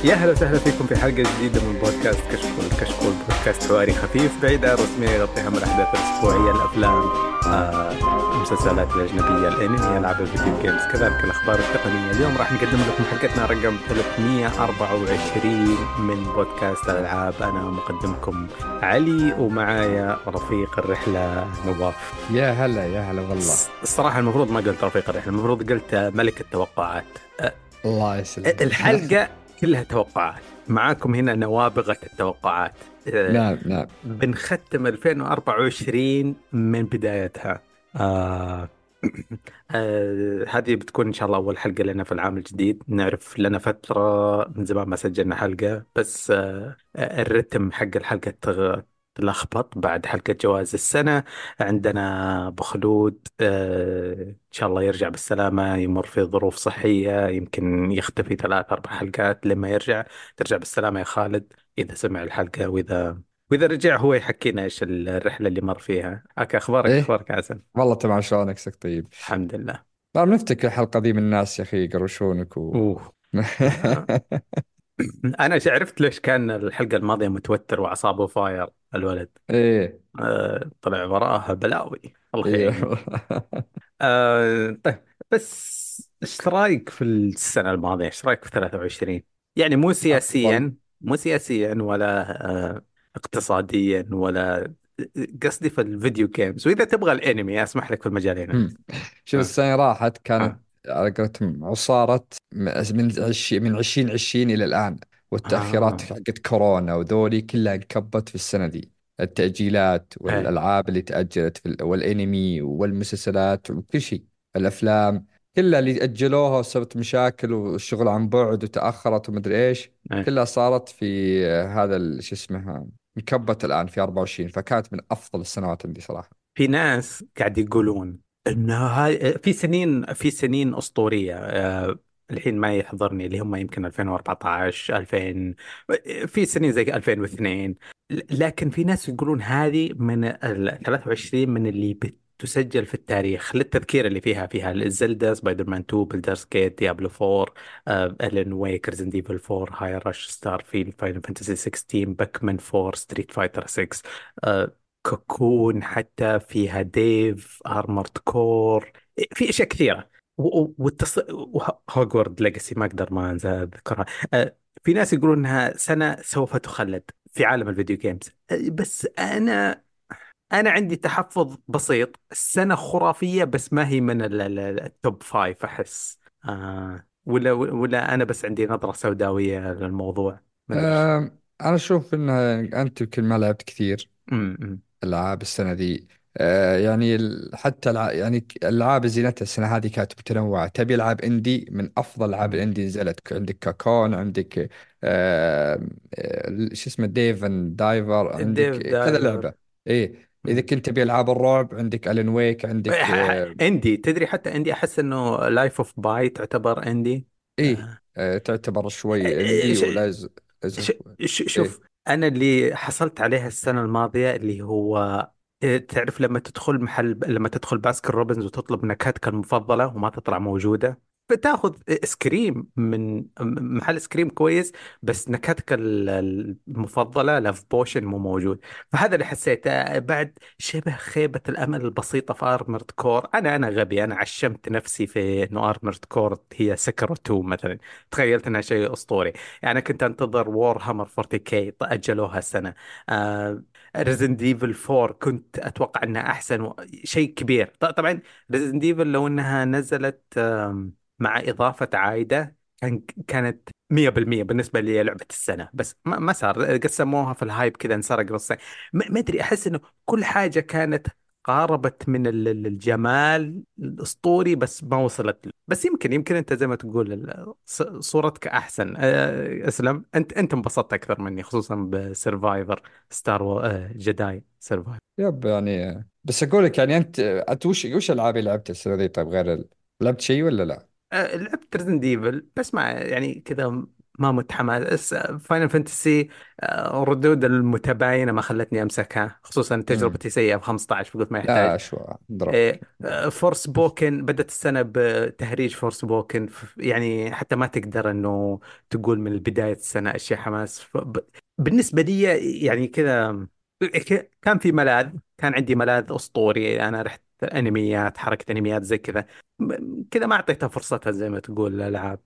يا هلا وسهلا فيكم في حلقة جديدة من بودكاست كشكول بودكاست حواري خفيف بعيد عن الرسمية يغطي أهم الأحداث الأسبوعية، الأفلام، المسلسلات الأجنبية، الأنمي، ألعاب الفيديو جيمز، كذلك الأخبار التقنية. اليوم راح نقدم لكم حلقتنا رقم 324 من بودكاست الألعاب. أنا مقدمكم علي ومعايا رفيق الرحلة نواف. يا هلا يا هلا والله. الصراحة المفروض ما قلت رفيق الرحلة، المفروض قلت ملك التوقعات. أه، الله يسلمك. الحلقة كلها توقعات، معاكم هنا نوابغة التوقعات. نعم نعم. بنختم 2024 من بدايتها. آه هذه بتكون إن شاء الله أول حلقة لنا في العام الجديد. نعرف لنا فترة من زمان ما سجلنا حلقة، بس الرتم حق الحلقة تلخبط بعد حلقة جواز السنة. عندنا أبو خلود، إن شاء الله يرجع بالسلامة، يمر في ظروف صحية، يمكن يختفي 3 4 حلقات لما يرجع. ترجع بالسلامة يا خالد إذا سمع الحلقة، وإذا رجع هو يحكينا إيش الرحلة اللي مر فيها. أخبارك، ايه أخبارك عسل؟ والله تمام، شلونك؟ سك طيب. الحمد لله. طبعا نفتكر الحلقة دي من الناس يا اخي يقروشونك أوه. آه. أنا عرفت ليش كان الحلقة الماضية متوتر وأعصابه فاير الولد. ايه طلع وراها بلاوي، الله ايه. يعين. طيب، بس ايش رايك في السنة الماضية؟ ايش رايك في 23؟ يعني مو افضل. سياسيا، مو سياسيا ولا اقتصاديا ولا، قصدي في الفيديو جيمز، واذا تبغى الانمي اسمح لك في المجالين هذا. هم. شوف، اه. السنة راحت كانت اه. على قولتهم عصارة من 2020 إلى الآن، والتأخيرات اه. حقت كورونا وذولي كلها انكبت في السنة دي. التأجيلات ايه. والألعاب اللي تأجلت والأنمي والمسلسلات وكل شيء. الأفلام كلها اللي أجلوها وسبت مشاكل والشغل عن بعد وتأخرت ومدري إيش، ايه. كلها صارت في هذا شو اسمه، انكبت الآن في 24، فكانت من أفضل السنوات عندي صراحة. في ناس قاعد يقولون ان هاي في سنين اسطوريه، الحين ما يحضرني، اللي هم يمكن 2014 2000، في سنين زي 2002. لكن في ناس يقولون هذه من ال 23 من اللي بتسجل في التاريخ، للتذكير اللي فيها الزلدا، سبايدر مان 2، بلدرز جيت، ديابلو 4، الين ويك، ريزن ديفل 4، هاي رش، ستار فيلد، فاينل فانتسي 16، باكمان 4، ستريت فايتر 6، كوكون، حتى فيها ديف، ارمورد كور، في اشياء كثيره. هوجورد ليجاسي ما اقدر ما انسى اذكرها. في ناس يقولون انها سنه سوف تخلد في عالم الفيديو جيمز. بس انا عندي تحفظ بسيط. السنه خرافيه بس ما هي من التوب فايف احس. ولا انا بس عندي نظره سوداويه للموضوع، ما ادري ايش. أنا أشوف إن أنت يمكن ما لعبت كثير أمم. العاب السنه ذي. يعني حتى يعني الالعاب اللي زينتها السنه هذه كانت متنوعه. تبي العاب اندي، من افضل العاب أمم. الاندي نزلت. عندك كاكون، عندك شو اسمه ديفن دايفر، عندك ديف كذا دايفر. لعبه. ايه، اذا كنت تبي العاب الرعب عندك الين ويك، عندك اندي، تدري حتى اندي احس انه لايف اوف باي تعتبر اندي. ايه آه. تعتبر شوي اندي ش- ولا ش- شوي. شوف، ايه انا اللي حصلت عليها السنه الماضيه اللي هو، تعرف لما تدخل محل، لما تدخل باسكن روبنز وتطلب نكهتك المفضله وما تطلع موجوده، فتاخذ سكريم من محل سكريم كويس، بس نكهتك المفضله لاف بوشن مو موجود. فهذا اللي حسيته بعد شبه خيبه الامل البسيطه في ارمرد كور. انا غبي، انا عشمت نفسي في انه ارمرد كور هي سكر 2 مثلا، تخيلت انها شيء اسطوري. يعني كنت انتظر وور هامر 40K، اجلوها سنه. ريزن ديفل 4 كنت اتوقع انها احسن شيء كبير. طبعا ريزن ديفل لو انها نزلت مع اضافه عايده كانت 100% بالنسبه لي لعبه السنه، بس ما صار، قسموها في الهايب كذا، انسرق نصين. ما ادري، احس انه كل حاجه كانت قاربت من الجمال الاسطوري بس ما وصلت له. بس يمكن انت زي ما تقول صورتك احسن. اسلم، انت انبسطت اكثر مني خصوصا بسرفايفر، ستار جداي سرفايفر. يب يعني بس اقول لك، يعني انت وش العاب اللي لعبتها السنه ذي؟ طيب غير لعبت شيء ولا لا؟ لعبت ريزن ديفل بس ما يعني كذا، ما متحمس. فاينل فانتسي ردود المتباينة ما خلتني أمسكها، خصوصا امم تجربتي سيئة في 15 فقلت ما لا يحتاج. شو ضربك. فورس بوكن بدأت السنة بتهريج فورس بوكن، يعني حتى ما تقدر انه تقول من بداية السنة اشياء حماس. بالنسبة لي يعني كذا، كان في ملاذ، كان عندي ملاذ اسطوري، انا رحت انميات، حركة انميات زي كذا، كذا ما اعطيتها فرصتها زي ما تقول الالعاب.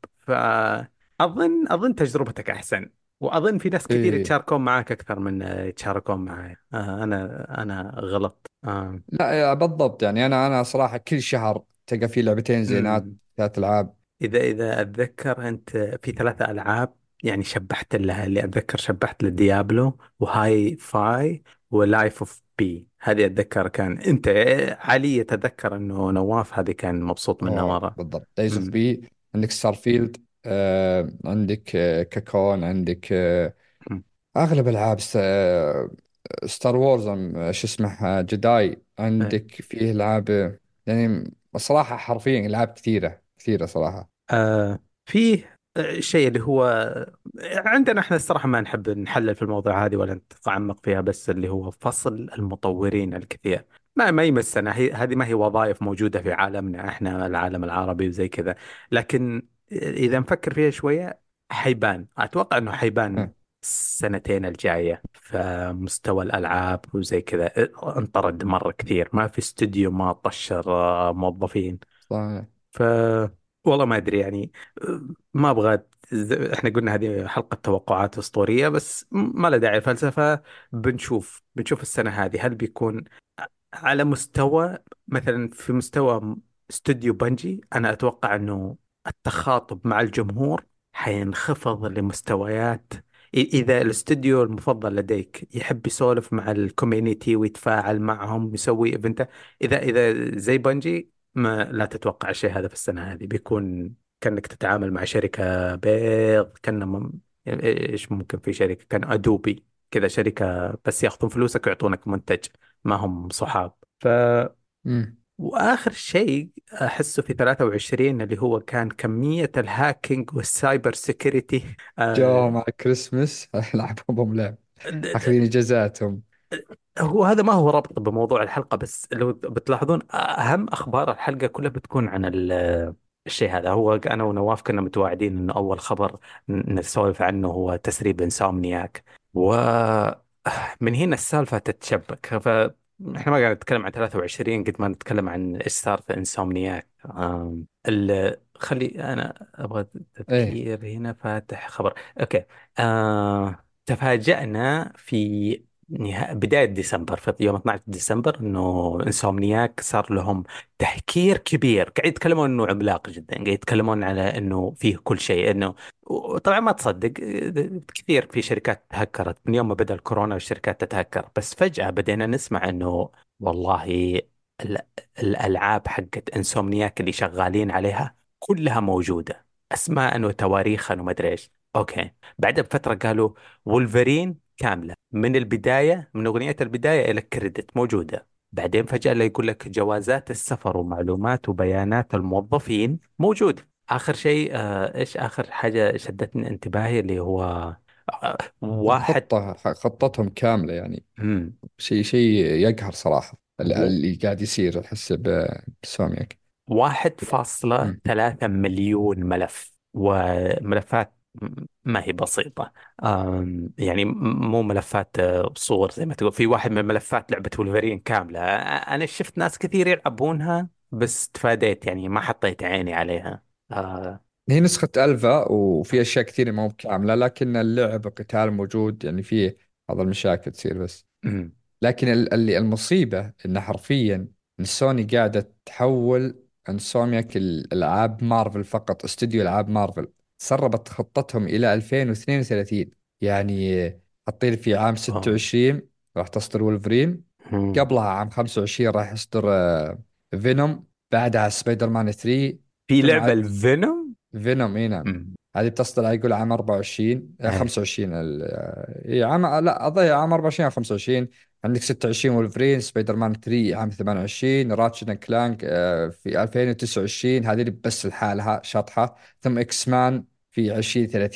فاظن تجربتك احسن، واظن في ناس كثير ايه يتشاركون معك اكثر من يتشاركون معي. انا غلط. لا بالضبط، يعني انا صراحه كل شهر تلقى في لعبتين زينات، مم. 3 العاب. إذا أتذكر أنت في 3 ألعاب يعني شبحت لها، اللي أتذكر شبحت لديابلو وهاي فاي ولايف اوف بي، هذه أتذكر كان أنت علي أتذكر أنه نواف هذه كان مبسوط منها اوه مرة. بالضبط، دايز اوف مم. بي، عندك ستار فيلد، عندك كاكون، عندك مم. اغلب العاب ستار وورز، شو اسمه، جداي، إيه. عندك فيه العاب يعني صراحه حرفيا العاب كثيره كثيره صراحه. فيه شيء اللي هو عندنا احنا الصراحة ما نحب نحلل في الموضوع هذه ولا نتعمق فيها، بس اللي هو فصل المطورين الكثير ما يمسنا، هذه ما هي وظائف موجودة في عالمنا احنا العالم العربي وزي كذا. لكن إذا نفكر فيها شوية حيبان، أتوقع أنه حيبان أه، السنتين الجاية في مستوى الألعاب وزي كذا. انطرد مرة كثير، ما في استوديو ما طشر موظفين. صحيح. ف والله ما ادري يعني. ما ابغى احنا قلنا هذه حلقة توقعات اسطورية، بس ما له داعي الفلسفة. بنشوف السنة هذه هل بيكون على مستوى، مثلا في مستوى استوديو بنجي. انا اتوقع انه التخاطب مع الجمهور حينخفض لمستويات. اذا الاستوديو المفضل لديك يحب يسولف مع الكوميونيتي ويتفاعل معهم ويسوي ايفنت، اذا زي بنجي، ما لا تتوقع الشيء هذا في السنة هذه. بيكون كأنك تتعامل مع شركة بيض، ايش ممكن في شركة كان ادوبي كذا، شركة بس ياخذون فلوسك ويعطونك منتج، ما هم صحاب. امم وآخر شيء أحسه في 23 اللي هو كان كمية الهاكينج والسايبر سيكوريتي. جو مع كريسمس لعبهم لعب، اخذين اجازاتهم. هو هذا ما هو ربط بموضوع الحلقة، بس لو بتلاحظون أهم أخبار الحلقة كلها بتكون عن الشيء هذا. هو أنا ونواف كنا متواعدين إنه أول خبر نسولف عنه هو تسريب إنسومنياك، ومن هنا السالفة تتشبك. فإحنا ما قاعد نتكلم عن 23 قد ما نتكلم عن إيش صار في إنسومنياك. خلي أنا أبغى ايه تذكير هنا، فاتح خبر. أوكي. تفاجأنا في بداية ديسمبر، في يوم 12 ديسمبر، انه انسومنياك صار لهم تهكير كبير. قاعد يتكلمون انه عملاق جدا، قاعد يتكلمون على انه فيه كل شيء، انه طبعا ما تصدق. كثير في شركات تهكرت من يوم ما بدأ الكورونا والشركات تتهكر، بس فجأة بدينا نسمع انه والله ال- الالعاب حقت انسومنياك اللي شغالين عليها كلها موجودة، اسماء وتواريخا وما ادري ايش. اوكي. بعدها بفترة قالوا وولفرين كاملة من البداية، من أغنية البداية إلى الكريدت موجودة. بعدين فجأة لا يقول لك جوازات السفر ومعلومات وبيانات الموظفين موجودة. آخر شيء إيش آخر حاجة شدتني انتباهي اللي هو واحد. خطتهم كامله يعني، مم. شيء يقهر صراحه و- اللي قاعد يصير احس بسواميك. 1.3 مليون ملف وملفات، ما هي بسيطة. يعني مو ملفات صور زي ما تقول. في واحد من ملفات لعبة ولفرين كاملة، أنا شفت ناس كثير يلعبونها بس تفاديت يعني ما حطيت عيني عليها. آه، هي نسخة ألفا وفي أشياء كثيرة ما هو كاملة، لكن اللعب القتال موجود، يعني فيه بعض المشاكل تصير بس. أمم، لكن اللي المصيبة إن حرفيا إن سوني قاعدة تحول انسومياك الألعاب مارفل فقط، استوديو ألعاب مارفل. سربت خطتهم إلى 2032، يعني حاطين في عام آه، 26 راح تصدر ولفرين، أمم. قبلها عام 25 راح يصدر فينوم، بعدها سبايدر مان 3، في ثم لعبة الفينوم. فينوم. اي نعم، أمم، هذه بتصدر يقول عام 24 إيه. 25 اي عام، لا اضيع عام 24 او 25. عندك 26 ولفرين، سبايدر مان 3 عام 28، راتشت اند كلانك في 2029، هذه اللي بس لحالها شطحة، ثم اكس مان في 2030.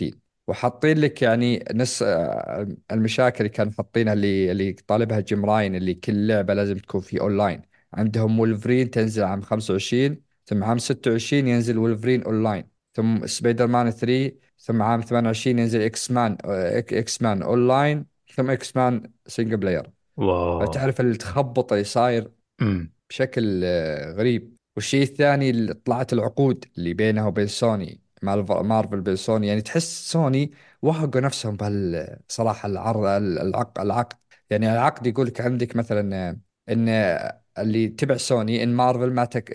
وحاطين لك يعني نص المشاكل اللي كانوا حاطينها، اللي طالبها جيم راين، اللي كل لعبة لازم تكون في اونلاين. عندهم وولفرين تنزل عام 25، ثم عام 26 ينزل وولفرين اونلاين، ثم سبايدر مان 3، ثم عام 28 ينزل اكس مان، اكس مان اونلاين، ثم اكس مان سنجل بلاير. واو. فتعرف التخبط اللي صاير امم. بشكل غريب. والشيء الثاني اللي طلعت العقود اللي بينها وبين سوني، مع مارفل بين سوني، يعني تحس سوني وهقوا نفسهم بهالصراحة العقد. يعني العقد يقول لك عندك مثلا ان اللي تبع سوني، ان مارفل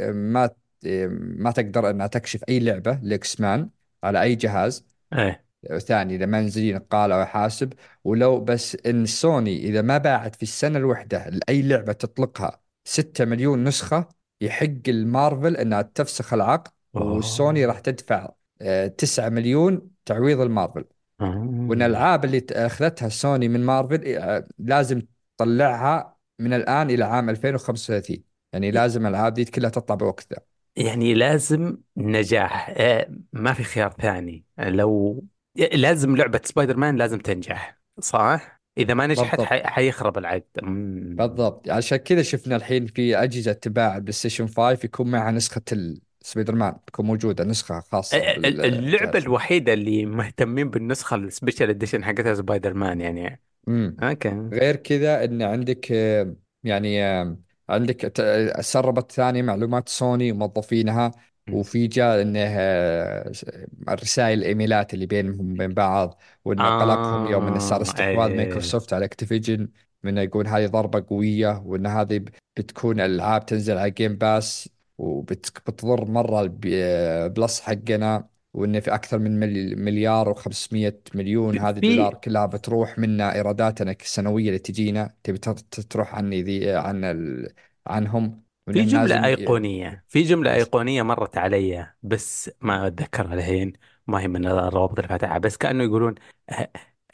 ما تقدر انها تكشف اي لعبة لاكس مان على اي جهاز ايه. ثاني لما ينزل ينقال او يحاسب. ولو بس ان سوني اذا ما باعت في السنه الواحده لاي لعبه تطلقها 6 مليون نسخه، يحق المارفل انها تفسخ العقد، وسوني اوه. راح تدفع 9 مليون تعويض المارفل. وان آه. الالعاب اللي اخذتها سوني من مارفل لازم تطلعها من الان الى عام 2035. يعني لازم الالعاب دي كلها تطلع بوقتها. يعني لازم نجاح، ما في خيار ثاني. لو لازم لعبة سبايدر مان لازم تنجح، صح؟ إذا ما نجحت بالضبط. حيخرب العقد. بالضبط، عشان كذا شفنا الحين في أجهزة تباع البلاي ستيشن 5 يكون معها نسخة سبايدر مان، تكون موجودة نسخة خاصة اللعبة بالجهاز. الوحيدة اللي مهتمين بالنسخة السبيشال اديشن حقتها سبايدر مان يعني. امم. اوكي. غير كذا ان عندك يعني عندك سربت ثاني معلومات سوني وموظفينها، وفي جاء انه الرسائل الايميلات اللي بينهم وبين بعض، وان قلقهم يوم انه صار استحواذ ايه. مايكروسوفت على اكتيفيجن، من يقول هذه ضربة قوية، وان هذه بتكون الالعاب تنزل على جيم باس وبتضر مرة البلس حقنا، وإن في أكثر من مليار و500 مليون هذه في الدولار كلها بتروح منا إيراداتنا السنوية اللي تجينا، تبي تروح عني ذي عنهم، في وإن جملة لازم أيقونية، في جملة أيقونية مرت علي بس ما أتذكرها الحين. ما هي من الروابط اللي فاتحة، بس كأنه يقولون آه،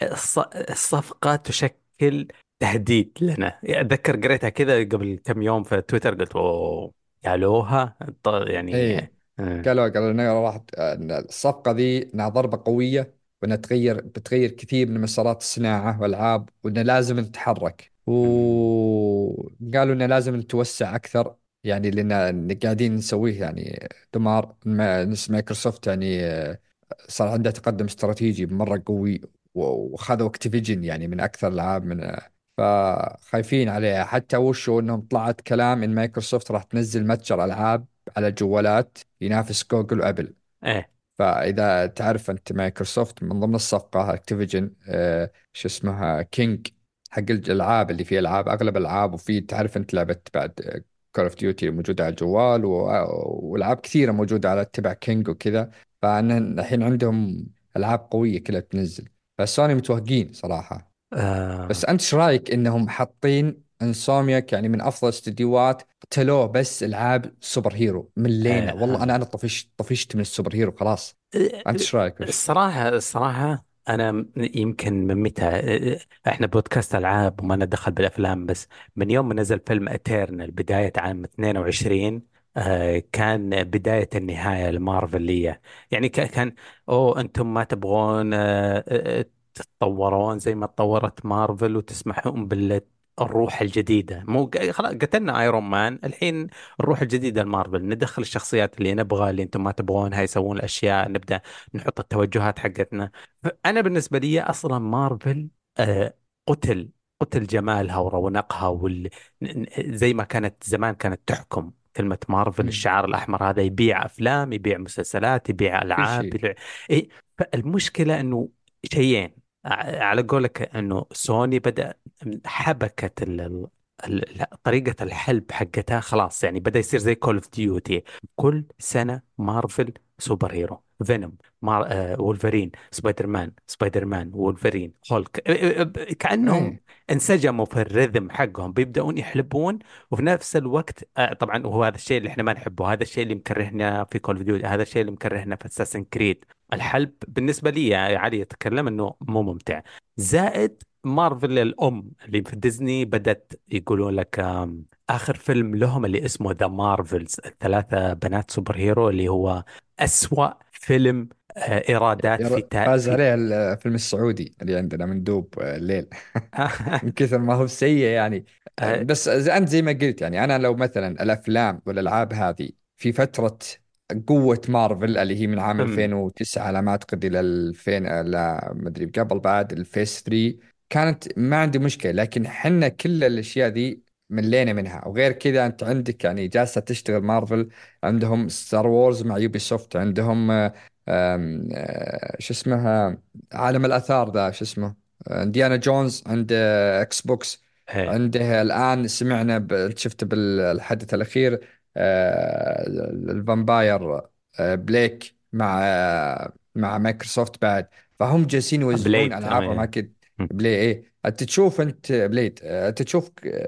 الصفقة تشكل تهديد لنا. أتذكر قريتها كذا قبل كم يوم في تويتر، قلت أوه، قالوها يعني. إيه. آه، قالوا إنه راح إن الصفقة ذي إنها ضربة قوية، وإنها بتغير كثير من مسارات الصناعة والألعاب، وإنه لازم نتحرك، وقالوا إنه لازم نتوسع أكثر. يعني لأن قاعدين نسويه يعني دمار مايكروسوفت يعني صار عنده تقدم استراتيجي مرة قوي، وخذوا اكتيفيجن يعني من أكثر الألعاب من، فخايفين عليها. حتى وشو انهم طلعت كلام ان مايكروسوفت راح تنزل متجر العاب على الجوالات ينافس جوجل وابل. إيه. فاذا تعرف انت مايكروسوفت من ضمن الصفقه اكتيفيجن شو اسمها كينج، حق الالعاب اللي فيه العاب اغلب الالعاب، وفي تعرف انت لعبه بعد كول اوف ديوتي موجوده على الجوال، والعاب كثيره موجوده على تبع كينج وكذا. فان الحين عندهم العاب قويه كلها بتنزل. فسوني متوهقين صراحه. آه. بس انت ايش رايك انهم حاطين انسومياك يعني من افضل استديوهات، قتلوه بس العاب سوبر هيرو، ملينا والله. انا آه. انا طفشت من السوبر هيرو خلاص. انت ايش رايك الصراحة أنا يمكن من متى إحنا بودكاست ألعاب وما ندخل بالأفلام، بس من يوم ما نزل فيلم أتيرنال بداية عام 22، كان بداية النهاية المارفلية. يعني كان أوه، أنتم ما تبغون تتطورون زي ما تطورت مارفل وتسمحون بالروح الجديدة. مو خلاص قتلنا ايرون مان، الحين الروح الجديدة المارفل، ندخل الشخصيات اللي نبغى، اللي انتم ما تبغونها، يسوون الاشياء، نبدأ نحط التوجهات حقتنا. انا بالنسبة لي اصلا مارفل آه قتل قتل جمالها ورونقها زي ما كانت زمان كانت تحكم كلمة مارفل. مم. الشعار الأحمر هذا يبيع أفلام، يبيع مسلسلات، يبيع كل ألعاب، شيء. يبيع... إيه. فالمشكلة أنه شيئين، على قولك أنه سوني بدأ حبكت طريقة الحلب حقتها خلاص. يعني بدأ يصير زي كول اوف ديوتي، كل سنة مارفل سوبر هيرو، فينوم، وولفرين، سبايدر مان، وولفرين، هولك، كأنهم ايه. انسجموا في الريذم حقهم، بيبدأون يحلبون. وفي نفس الوقت طبعا، وهو هذا الشيء اللي احنا ما نحبه، هذا الشيء اللي مكرهنا في كول اوف ديوتي، هذا الشيء اللي مكرهنا في اساسن كريد. الحلب بالنسبة لي يا علي اتكلم انه مو ممتع. زائد مارفل الأم اللي في ديزني بدأت يقولون لك آخر فيلم لهم اللي اسمه ذا مارفلز، الثلاثة بنات سوبر هيرو، اللي هو أسوأ فيلم ايرادات فاز عليه الفيلم السعودي اللي عندنا مندوب الليل. من كثر ما هو سيء يعني. آه، بس انت زي ما قلت، يعني انا لو مثلا الافلام والالعاب هذه في فتره قوه مارفل اللي هي من عام أمم، 2009 على ما اعتقد الى 2000، لا ما ادري قبل بعد الفيس 3، كانت ما عندي مشكله. لكن حنا كل الاشياء ذي ملينا منها. وغير كذا انت عندك يعني جالسه تشتغل مارفل، عندهم ستار وورز مع يوبي سوفت، عندهم شو اسمها، عالم الاثار ذا شو اسمه، انديانا جونز عند اكس بوكس. إيه. عنده الآن سمعنا شفت بالحدث الأخير الفامباير بليك مع مع مايكروسوفت بعد. فهم جالسين يوزعون بليد، ألعابهم إيه. أكيد. بلاي إيه أنت تشوف، أنت بليد أنت تشوف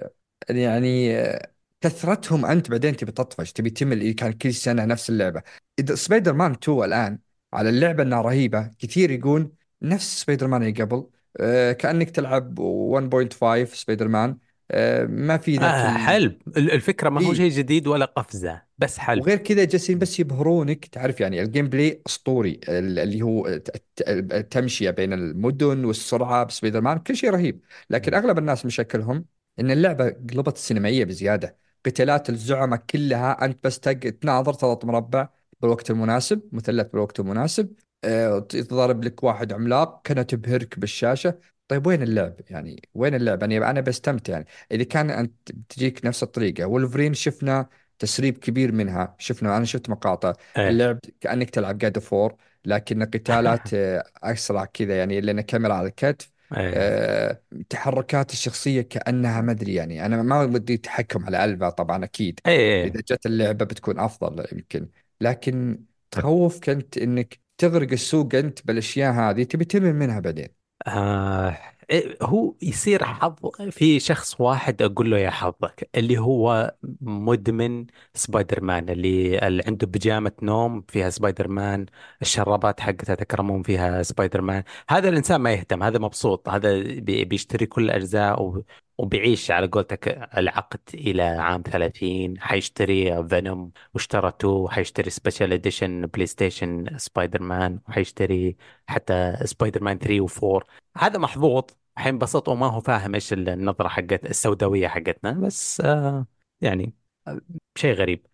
يعني كثرتهم، أنت بعدين تبي تطفش، تبي تمل إذا كان كل سنة نفس اللعبة. إذا سبايدر مان 2 الآن على اللعبة إنها رهيبة، كثير يقول نفس سبايدر مان اللي قبل، كأنك تلعب 1.5 سبايدر مان، ما في ذاك حلب الفكرة، ما هو اي. شيء جديد ولا قفزة، بس حلب. وغير كذا جالسين بس يبهرونك، تعرف يعني الجيم بلاي اسطوري، اللي هو التمشية بين المدن والسرعة بسبايدر مان كل شيء رهيب. لكن اغلب الناس مشكلهم ان اللعبة قلبت السينمائية بزيادة. قتالات الزعماء كلها انت بس تناظر تضغط مربع بالوقت المناسب، مثلث بالوقت المناسب، تضرب لك واحد عملاق كانت تبهرك بالشاشة. طيب وين اللعب يعني؟ وين اللعب؟ انا بستمتع يعني. اذا كان انت بتجيك نفس الطريقة. وولفرين شفنا تسريب كبير منها، شفنا انا شفت مقاطع ايه. اللعب كأنك تلعب جاد اوف وور، لكن قتالات اسرع كذا يعني، لان كاميرا على الكتف. ايه. تحركات الشخصية كأنها ما ادري يعني، انا ما ودي اتحكم على ألفا طبعا اكيد. ايه. اذا جت اللعبة بتكون افضل يمكن، لكن تخوفك انت انك تغرق السوق انت بالاشياء هذه، تبي تمل منها بعدين. آه هو يصير حظ في شخص واحد أقول له يا حظك، اللي هو مدمن سبايدر مان، اللي عنده بيجامة نوم فيها سبايدر مان، الشرابات حقتها تكرمون فيها سبايدر مان. هذا الإنسان ما يهتم، هذا مبسوط، هذا بيشتري كل أجزاء وبيعيش على قولتك العقد إلى عام 30. حيشتري فينوم، واشترى 2، حيشتري سبيشال اديشن بلاي ستيشن سبايدر مان، وحيشتري حتى سبايدر مان 3 و4. هذا محظوظ، حينبسط وما هو فاهم ايش النظرة حقت السوداوية حقتنا، بس يعني آه شيء غريب.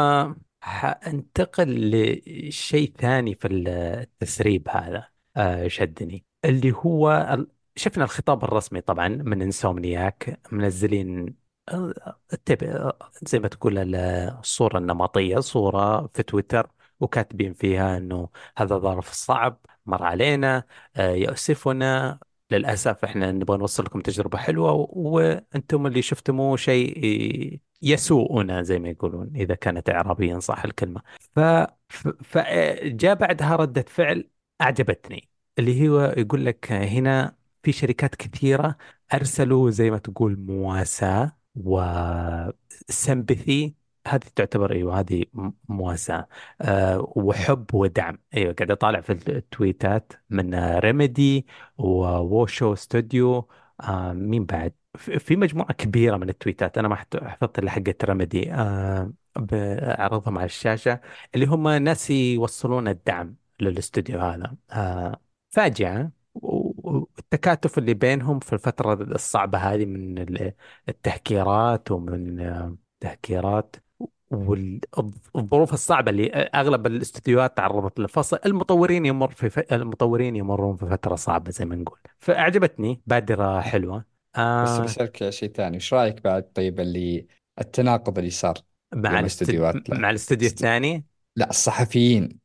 حانتقل لشيء ثاني في التسريب هذا. شدني اللي هو شفنا الخطاب الرسمي طبعا من انسومنياك، منزلين زي ما تقول الصورة النمطية، صورة في تويتر، وكاتبين فيها انه هذا ظرف صعب مر علينا، يؤسفنا، للأسف احنا نبغى نوصل لكم تجربة حلوة، وانتم اللي شفتموه شيء يسوءنا زي ما يقولون، إذا كانت إعرابيا صح الكلمة. فجاء بعدها ردة فعل أعجبتني، اللي هو يقول لك هنا في شركات كثيرة أرسلوا زي ما تقول مواساة وسمبثي. هذه تعتبر ايوه، هذه مواساة، وحب ودعم. ايوه قاعد اطالع في التويتات من ريميدي ووشو ستوديو. مين بعد؟ في مجموعة كبيرة من التويتات، انا ما حفظت الا حقت ريميدي، بعرضهم على الشاشة، اللي هم ناس يوصلون الدعم للاستوديو هذا. فاجعة، والتكاتف اللي بينهم في الفترة الصعبة هذه من التهكيرات، ومن تهكيرات والظروف الصعبة اللي أغلب الاستديوهات تعرضت لها، فصل المطورين يمرون في فترة صعبة زي ما نقول. فأعجبتني بادرة حلوة. بس آه بسألك شيء ثاني، ايش رايك بعد طيب اللي التناقض اللي صار يوم استديوهات؟ لا مع الاستديو الثاني. لا الصحفيين.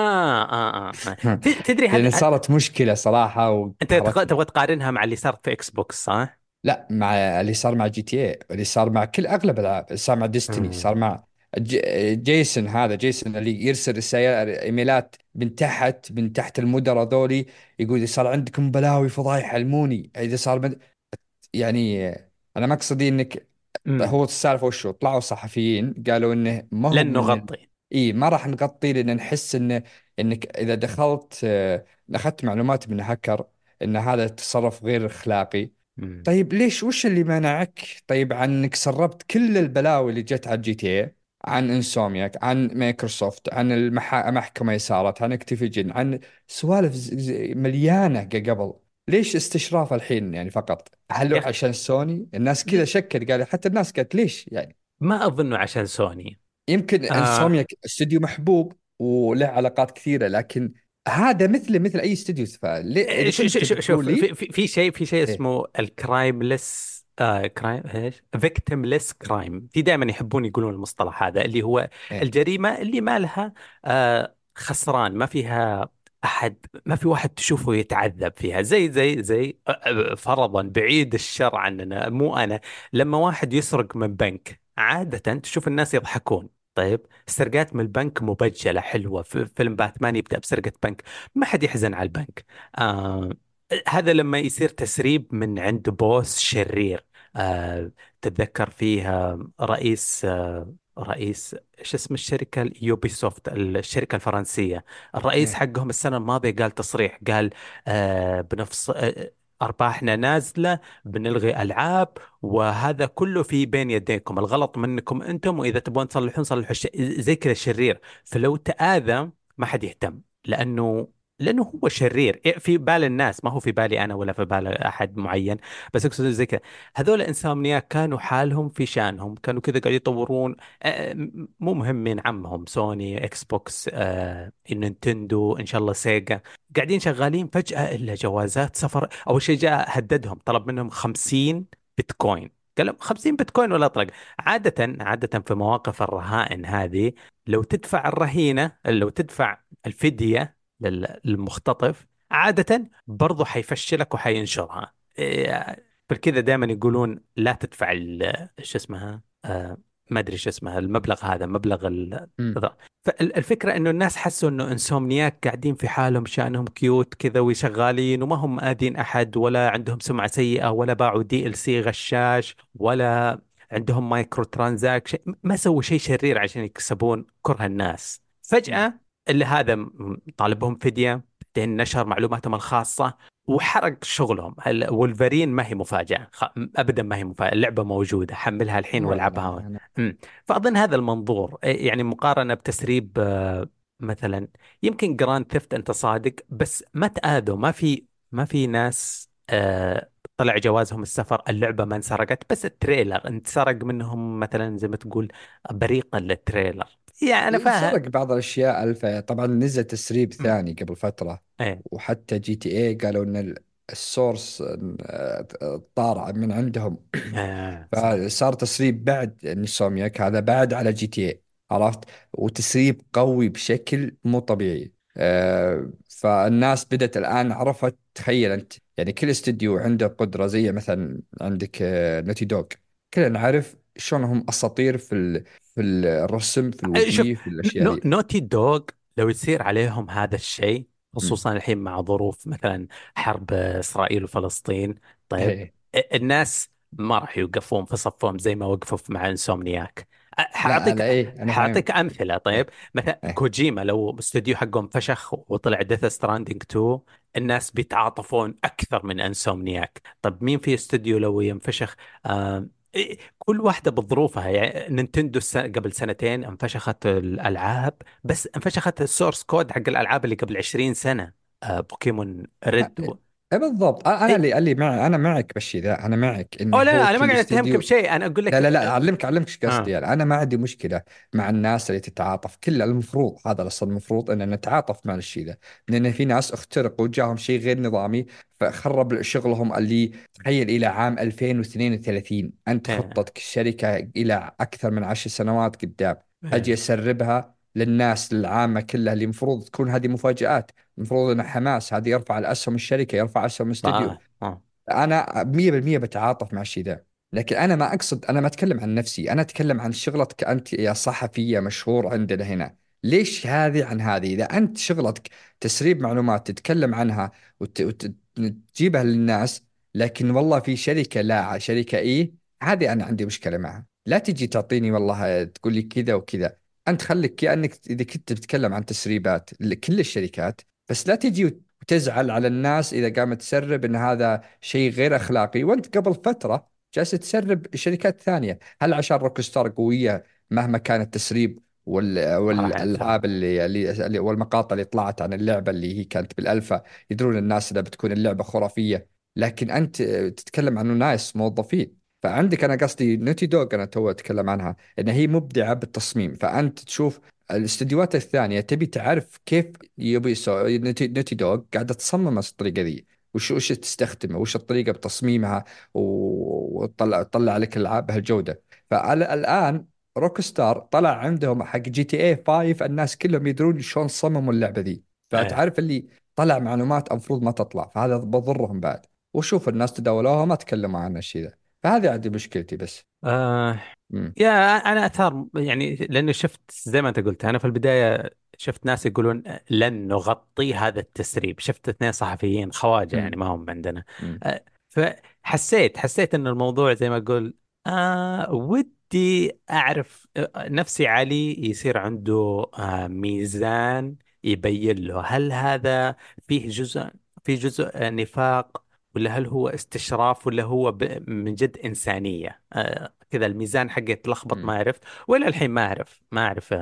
تدري لان هذا. صارت مشكله صراحه أنت وقهرتنا. تبغى تقارنها مع اللي صار في إكس بوكس، صح؟ لا مع اللي صار مع جي تي اي، اللي صار مع كل اغلب الالعاب، صار مع ديستني، مم. صار مع جيسون. هذا جيسون اللي يرسل رسائل ايميلات من تحت المدراء ذولي، يقول صار عندكم بلاوي فضايح علموني اذا صار يعني انا مقصدي انك، مم. هو السالفه وشو طلعوا صحفيين قالوا انه ما هو لن من نغطي. اي ما راح نغطي، لان نحس انك اذا دخلت اخذت معلومات من هاكر ان هذا تصرف غير اخلاقي. مم. طيب ليش؟ وش اللي منعك طيب عن انك سربت كل البلاوي اللي جت على الجي تي اي؟ عن انسومياك، عن مايكروسوفت، عن المحكمة صارت، عن اكتيفيجن، عن سوالف مليانة قبل. ليش استشراف الحين يعني فقط؟ هل يا هو أخي عشان سوني؟ الناس كذا شكت، قال حتى الناس قالت ليش يعني. ما أظنه عشان سوني. يمكن آه انسومياك استوديو محبوب وله علاقات كثيرة، لكن هذا مثل اي استوديو. فليه اذا كنت تبي شوف، تقول لي؟ في شيء ايه. اسمه الكرايمليس، كرايم ايش، فيكتيمليس كرايم. في دائما يحبون يقولون المصطلح هذا اللي هو ايه. الجريمة اللي ما لها خسران، ما فيها أحد، ما في واحد تشوفه يتعذب فيها، زي فرضا بعيد الشر عننا، مو أنا. لما واحد يسرق من بنك عادة تشوف الناس يضحكون. طيب، سرقات من البنك مبجلة حلوة، في فيلم باتمان يبدأ بسرقة بنك، ما حد يحزن على البنك. آه هذا لما يصير تسريب من عند بوس شرير. تتذكر فيها رئيس ايش اسم الشركة، يوبي سوفت، الشركة الفرنسية. الرئيس ايه. حقهم السنة الماضية قال تصريح، قال بنفس أرباحنا نازلة، بنلغي ألعاب، وهذا كله في بين يديكم، الغلط منكم أنتم، وإذا تبغون تصلحون صلحوا زي كذا شرير. فلو تآذى ما حد يهتم، لانه هو شرير في بال الناس، ما هو في بالي انا ولا في بال احد معين. بس اقصد زي كذا. هذول انسامنياك كانوا حالهم في شانهم، كانوا كذا قاعد يطورون. مو مهم مين عمهم، سوني، اكس بوكس، نينتندو، ان شاء الله سيجا، قاعدين شغالين. فجأة الا جوازات سفر. اول شيء جاء هددهم، طلب منهم 50 بيتكوين. قال لهم 50 بيتكوين ولا اطلق. عادة في مواقف الرهائن هذه، لو تدفع الفدية للمختطف، عادة برضو حيفشلك وحينشرها. بالكذا دائما يقولون لا تدفع شو اسمها، ما ادري شو اسمها، المبلغ هذا، مبلغ امم. ذا. فالفكرة انه الناس حسوا انه انسومنياك قاعدين في حالهم، شأنهم كيوت كذا وشغالين، وما هم آذين احد، ولا عندهم سمعة سيئة، ولا باعوا دي ال سي غشاش، ولا عندهم مايكرو ترانزاكشن، ما سووا شيء شرير عشان يكسبون كره الناس. فجأة اللي هذا طالبهم فدية، بعدين نشر معلوماتهم الخاصة وحرق شغلهم. وولفرين ما هي مفاجأة، أبدا ما هي مفاجأة، اللعبة موجودة، حملها الحين لا لا والعبها. لا. مم. فأظن هذا المنظور، يعني مقارنة بتسريب مثلا، يمكن جراند ثيفت أنت صادق، بس ما تآذوا، ما في ناس طلع جوازهم السفر، اللعبة ما انسرقت، بس التريلر انسرق منهم مثلا، زي ما تقول بريقا للتريلر. يعني أنا فاهم. انسرق بعض الاشياء طبعا نزل تسريب مم. ثاني قبل فتره. ايه. وحتى جي تي اي قالوا ان السورس طار من عندهم. صح. فصار تسريب بعد نيسومياك هذا بعد على جي تي اي. عرفت؟ وتسريب قوي بشكل مو طبيعي. فالناس بدأت الآن عرفت. تخيل أنت يعني كل استديو عنده قدرة، زي مثلا عندك نوتي دوغ. كلنا نعرف شلون هم أساطير في الرسم، في شوف، الوجيه، في الأشياء ذي. نوتي دوغ لو يصير عليهم هذا الشيء، مم. خصوصا الحين مع ظروف مثلا حرب إسرائيل وفلسطين، طيب، إيه. الناس ما راح يوقفون في صفهم زي ما وقفوا مع انسومنياك. لا حاعطيك على إيه، أنا حاعطيك فاهمك. امثله. طيب، إيه. مثلا إيه. كوجيما لو استوديو حقهم فشخ وطلع ديث ستراندينج 2، الناس بيتعاطفون اكثر من انسومنياك. طب مين في استوديو لو ينفشخ؟ آه كل واحدة بظروفها. يعني نينتندو قبل سنتين انفشخت الألعاب، بس انفشخت السورس كود حق الألعاب اللي قبل 20 سنة، بوكيمون ريد إيه بالضبط. انا إيه. اللي معي، انا معك بالشيء ذا، انا معك أو انه لا هو لا، أنا ما كل قاعد أتهمك استديو. بشيء، أنا أقول لا لك لا لا، اعلمك ايش قصدي. آه يعني انا ما عندي مشكله مع الناس اللي تتعاطف. كل المفروض هذا اصلا المفروض ان نتعاطف مع الشيء ذا. لان في ناس اخترقوا وجاهم شيء غير نظامي فخرب شغلهم اللي. تخيل الى عام 2032 انت إيه. خطتك الشركه الى اكثر من 10 سنوات قدام. اجي إيه. اسربها للناس العامه كلها، اللي المفروض تكون هذه مفاجآت. المفروض ان حماس هذه يرفع الاسهم الشركه، يرفع اسهم الاستديو. آه. انا 100% بتعاطف مع الشيء ذا. لكن انا ما اقصد، انا ما اتكلم عن نفسي، انا اتكلم عن شغلتك انت يا صحفية مشهور عندنا هنا. ليش هذه عن هذه؟ اذا انت شغلتك تسريب معلومات تتكلم عنها وتجيبها للناس، لكن والله في شركة لا، شركة ايه، هذه انا عندي مشكلة معها. لا تجي تعطيني والله تقول لي كذا وكذا. انت خليك كأنك اذا كنت بتتكلم عن تسريبات لكل الشركات، بس لا تجي وتزعل على الناس اذا قامت تسرب ان هذا شيء غير اخلاقي، وانت قبل فتره جالس تسرب شركات ثانيه. هل عشان روك ستار قويه مهما كان التسريب ما راح يأثر. والالعاب والمقاطع اللي طلعت عن اللعبه اللي هي كانت بالالفا، يدرون الناس انها بتكون اللعبه خرافيه. لكن انت تتكلم عن ناس موظفين. فعندك، انا قصدي نوتي دوغ، انا تو اتكلم عنها ان هي مبدعه بالتصميم. فانت تشوف الاستديوهات الثانيه تبي تعرف كيف نوتي دوغ قاعده تصمم الطريقه ذي، وش تستخدمه، وش الطريقه بتصميمها، وتطلع لك العاب بهالجوده. فالان روك ستار طلع عندهم حق جي تي اي 5، الناس كلهم يدرون شلون صمموا اللعبه ذي. ايه. فتعرف اللي طلع معلومات المفروض ما تطلع، فهذا بضرهم بعد. وشوف الناس تداولوها ما تكلموا عن الشيء ذا. فهذه عندي مشكلتي بس. آه امم. يا انا اثار يعني، لانه شفت زي ما انت قلت، انا في البدايه شفت ناس يقولون لن نغطي هذا التسريب، شفت اثنين صحفيين خواجه يعني امم. ما هم عندنا. امم. فحسيت ان الموضوع زي ما اقول، ودي اعرف نفسي علي يصير عنده ميزان يبين له هل هذا فيه جزء، في جزء نفاق، ولا هل هو استشراف، ولا هو من جد إنسانية. كذا الميزان حقي تلخبط، ما امم. عرفت، وإلى الحين ما أعرف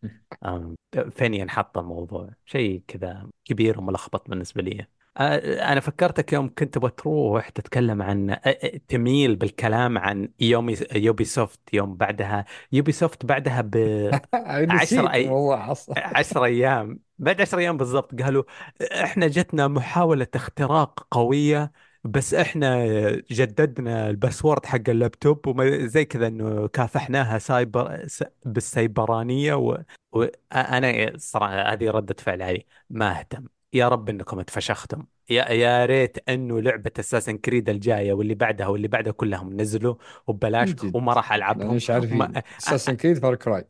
فين ينحط الموضوع، شيء كذا كبير وملخبط بالنسبة لي. أنا فكرتك يوم كنت بتروح تتكلم عن تميل بالكلام عن يوبي سوفت، يوم بعدها يوبي سوفت بعدها بعشر نسيت أي الموضوع اصلا. 10 أيام، بعد 10 أيام بالضبط قالوا إحنا جتنا محاولة اختراق قوية، بس إحنا جددنا الباسورد حق اللابتوب وما زي كذا، إنه كافحناها بالسيبرانية وأنا صراحة هذه ردة فعل علي، ما أهتم. يا رب إنكم اتفشختم، يا ريت إنه لعبة أساسن كريد الجاية واللي بعدها واللي بعدها كلهم نزلوا وببلاش من جد، وما راح احنا ألعبهم. مش عارفين اساسن كريد فار كراي.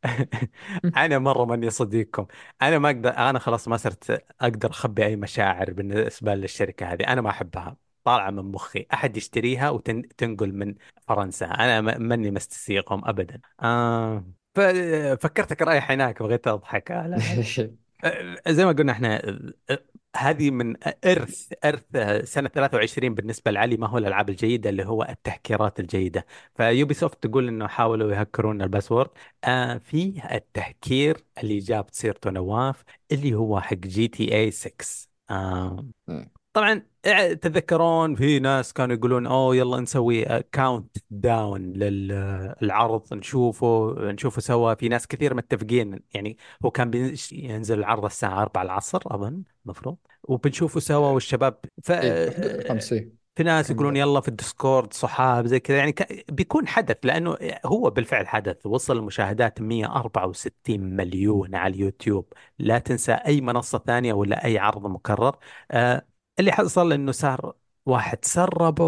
انا مره ماني صديقكم. انا ما اقدر، انا خلاص ما صرت اقدر اخبي اي مشاعر بالنسبه للشركه هذه، انا ما احبها، طالعه من مخي، احد يشتريها وتنقل من فرنسا، انا ماني مستسيقهم ابدا. ففكرتك رايح هناك بغيت اضحك. لا لا. زي ما قلنا احنا، هذه من ارث سنه 23 بالنسبه لعلي، ما هو الالعاب الجيده اللي هو التهكيرات الجيده. فيوبي سوفت تقول انه حاولوا يهكرون الباسورد. في التهكير اللي جاب سيرته نواف، اللي هو حق جي تي اي 6. طبعا تتذكرون في ناس كانوا يقولون اوه يلا نسوي كاونت داون للعرض، نشوفه سوا، في ناس كثير متفقين يعني. هو كان ينزل العرض الساعة 4 العصر أظن المفروض، وبنشوفه سوا والشباب ايه، بحدود الخمسين. في ناس كم يقولون ذا. يلا في الديسكورد صحاب زي كذا يعني، بيكون حدث، لأنه هو بالفعل حدث، وصل المشاهدات 164 مليون على اليوتيوب. لا تنسى أي منصة ثانية ولا أي عرض مكرر. آه، اللي حصل انه صار واحد سربه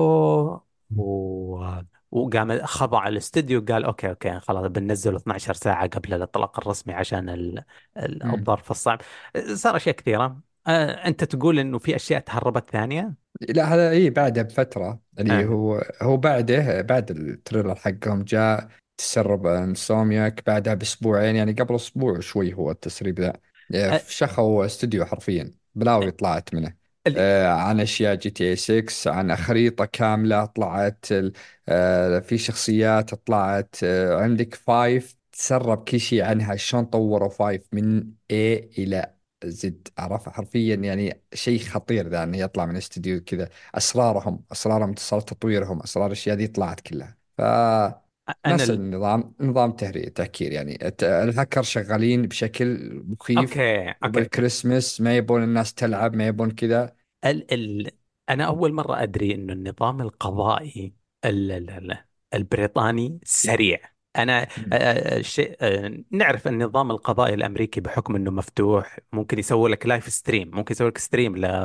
و... وقام خضع الاستوديو، قال اوكي اوكي خلاص بننزله 12 ساعة قبل الاطلاق الرسمي عشان الظرف الصعب. صار اشياء كثيرة. انت تقول انه في اشياء تهربت ثانية. لا، هذا ايه بعدها بفترة، اللي آه. هو بعده، بعد التريلر حقهم جاء تسرب انسومياك بعدها باسبوعين، يعني قبل اسبوع شوي هو التسريب ذا. آه. فشخوا استوديو حرفيا، بلاوي طلعت منه. اللي عن اشياء جي تي اي 6، عن خريطة كاملة طلعت، في شخصيات طلعت، عندك 5 تسرب كل شيء عنها، شلون طوروا 5 من A الى زد. عرف حرفيا يعني شيء خطير ذا انه يطلع من استديو كذا. اسرارهم اسرار تطويرهم، اسرار الاشياء دي طلعت كلها. انا نفس النظام، نظام تهكير يعني. الهاكر شغالين بشكل مخيف. اوكي اوكي. وبالكريسماس ما يبون الناس تلعب، ما يبون كذا. ال ال أنا أول مرة أدري إنه النظام القضائي ال ال ال البريطاني سريع. أنا مم. شيء نعرف النظام القضائي الأمريكي بحكم إنه مفتوح، ممكن يسوي لك لايف ستريم، ممكن يسوي لك ستريم ل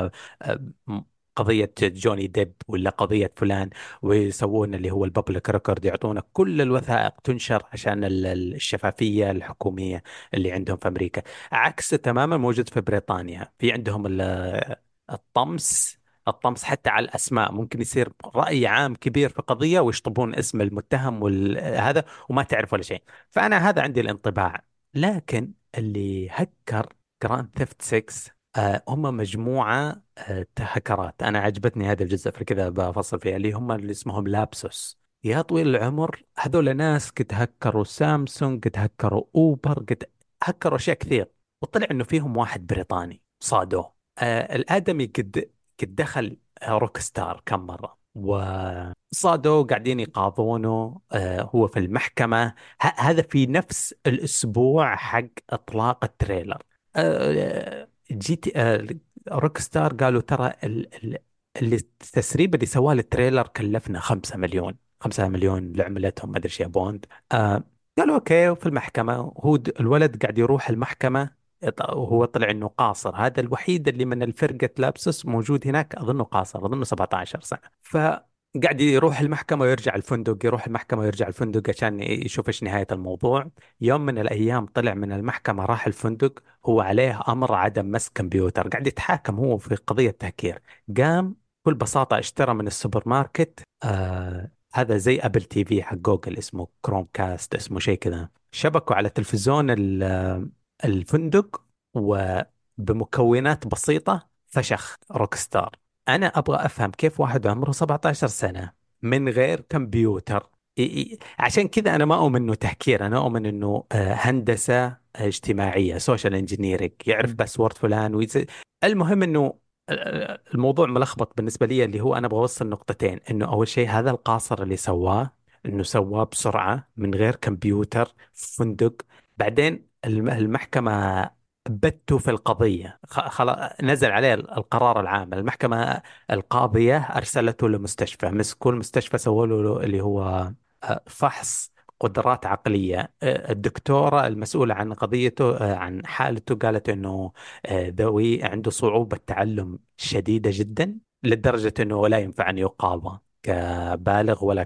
قضية جوني ديب ولا قضية فلان، ويسوون اللي هو الببليك ريكورد، يعطونك كل الوثائق تنشر عشان الشفافية الحكومية اللي عندهم في أمريكا. عكس تماما موجود في بريطانيا، في عندهم الطمس. الطمس حتى على الأسماء، ممكن يصير رأي عام كبير في قضية ويشطبون اسم المتهم وهذا وما تعرف ولا شيء. فأنا هذا عندي الانطباع. لكن اللي هكر جراند ثيفت 6 هم مجموعة هكرات، أنا عجبتني هذا الجزء، في كذا بفصل فيها، اللي هم اللي اسمهم لابسوس. يا طويل العمر، هذول ناس قد هكروا سامسونج، قد هكروا اوبر، قد هكروا اشياء كثير. وطلع انه فيهم واحد بريطاني صادوه. الادمي قد دخل روك ستار كم مره وصادوه، قاعدين يقاضونه. هو في المحكمه. هذا في نفس الاسبوع حق اطلاق التريلر. جيت روك ستار قالوا ترى التسريب اللي سواه التريلر كلفنا 5 مليون. 5 مليون لعملتهم، ما ادري ايش يا بوند. آه قالوا اوكي. وفي المحكمة هو الولد قاعد يروح المحكمة. وهو طلع انه قاصر. هذا الوحيد اللي من الفرقة لابسس موجود هناك، اظنه قاصر، اظنه 17 سنة. فقاعد يروح المحكمة ويرجع الفندق، يروح المحكمة ويرجع الفندق عشان يشوف ايش نهاية الموضوع. يوم من الايام طلع من المحكمة، راح الفندق، هو عليه امر عدم مس كمبيوتر، قاعد يتحاكم هو في قضية تهكير. قام بكل بساطة اشترى من السوبر ماركت هذا زي ابل تي في حق جوجل، اسمه كروم كاست، اسمه شيء كذا. شبكوا على تلفزيون الفندق، وبمكونات بسيطة فشخ روك ستار. انا ابغى افهم كيف واحد عمره 17 سنة من غير كمبيوتر. عشان كذا انا ما اؤمن انه تهكير، انا اؤمن انه هندسة اجتماعية، سوشيال انجينيرنج، يعرف مم. باسورد فلان المهم انه الموضوع ملخبط بالنسبة لي. اللي هو أنا أبغى أوصل نقطتين، إنه أول شيء هذا القاصر اللي سواه، إنه سواه بسرعة من غير كمبيوتر في فندق. بعدين المحكمة بتوا في القضية، نزل عليه القرار العام. المحكمة القاضية أرسلته لمستشفى، مسكوا المستشفى، سووا له اللي هو فحص قدرات عقلية. الدكتورة المسؤولة عن قضيته، عن حالته، قالت إنه ذوي عنده صعوبة تعلم شديدة جدا، لدرجة أنه لا ينفع أن يقاضى كبالغ ولا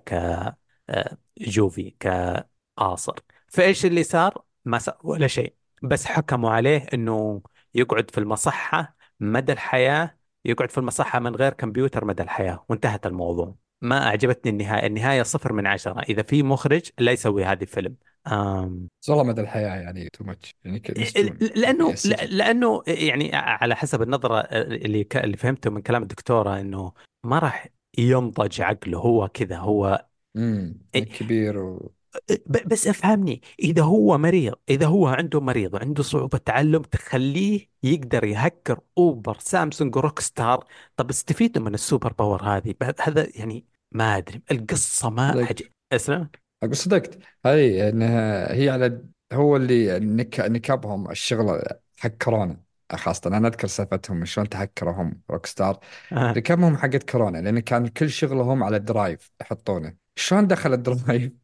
كجوفي كقاصر. فإيش اللي صار؟ ما صار ولا شيء، بس حكموا عليه أنه يقعد في المصحة مدى الحياة. يقعد في المصحة من غير كمبيوتر مدى الحياة، وانتهت الموضوع. ما أعجبتني النهاية. النهاية 0 من 10. إذا في مخرج لا يسوي هذه فيلم. ظلمت مدى الحياة يعني تو ماتش يعني مسجون يعني لانه السجن. لانه يعني على حسب النظره اللي فهمته من كلام الدكتوره، انه ما راح ينضج عقله هو كذا. هو كبير بس افهمني، اذا هو مريض، اذا هو عنده مريض وعنده صعوبة تعلم تخليه يقدر يهكر اوبر، سامسونج، وروك ستار، طب استفيدوا من السوبر باور هذه. هذا يعني ما ادري القصة ما صدقت. اسلم. أقول صدقت. هاي انها هي على هو اللي نكبهم الشغل حق كورونا. خاصة انا اذكر سالفتهم شلون تهكرهم روك ستار. آه. ركبهم حقت كورونا لان كان كل شغلهم على الدرايف يحطونه. شلون دخل الدرايف؟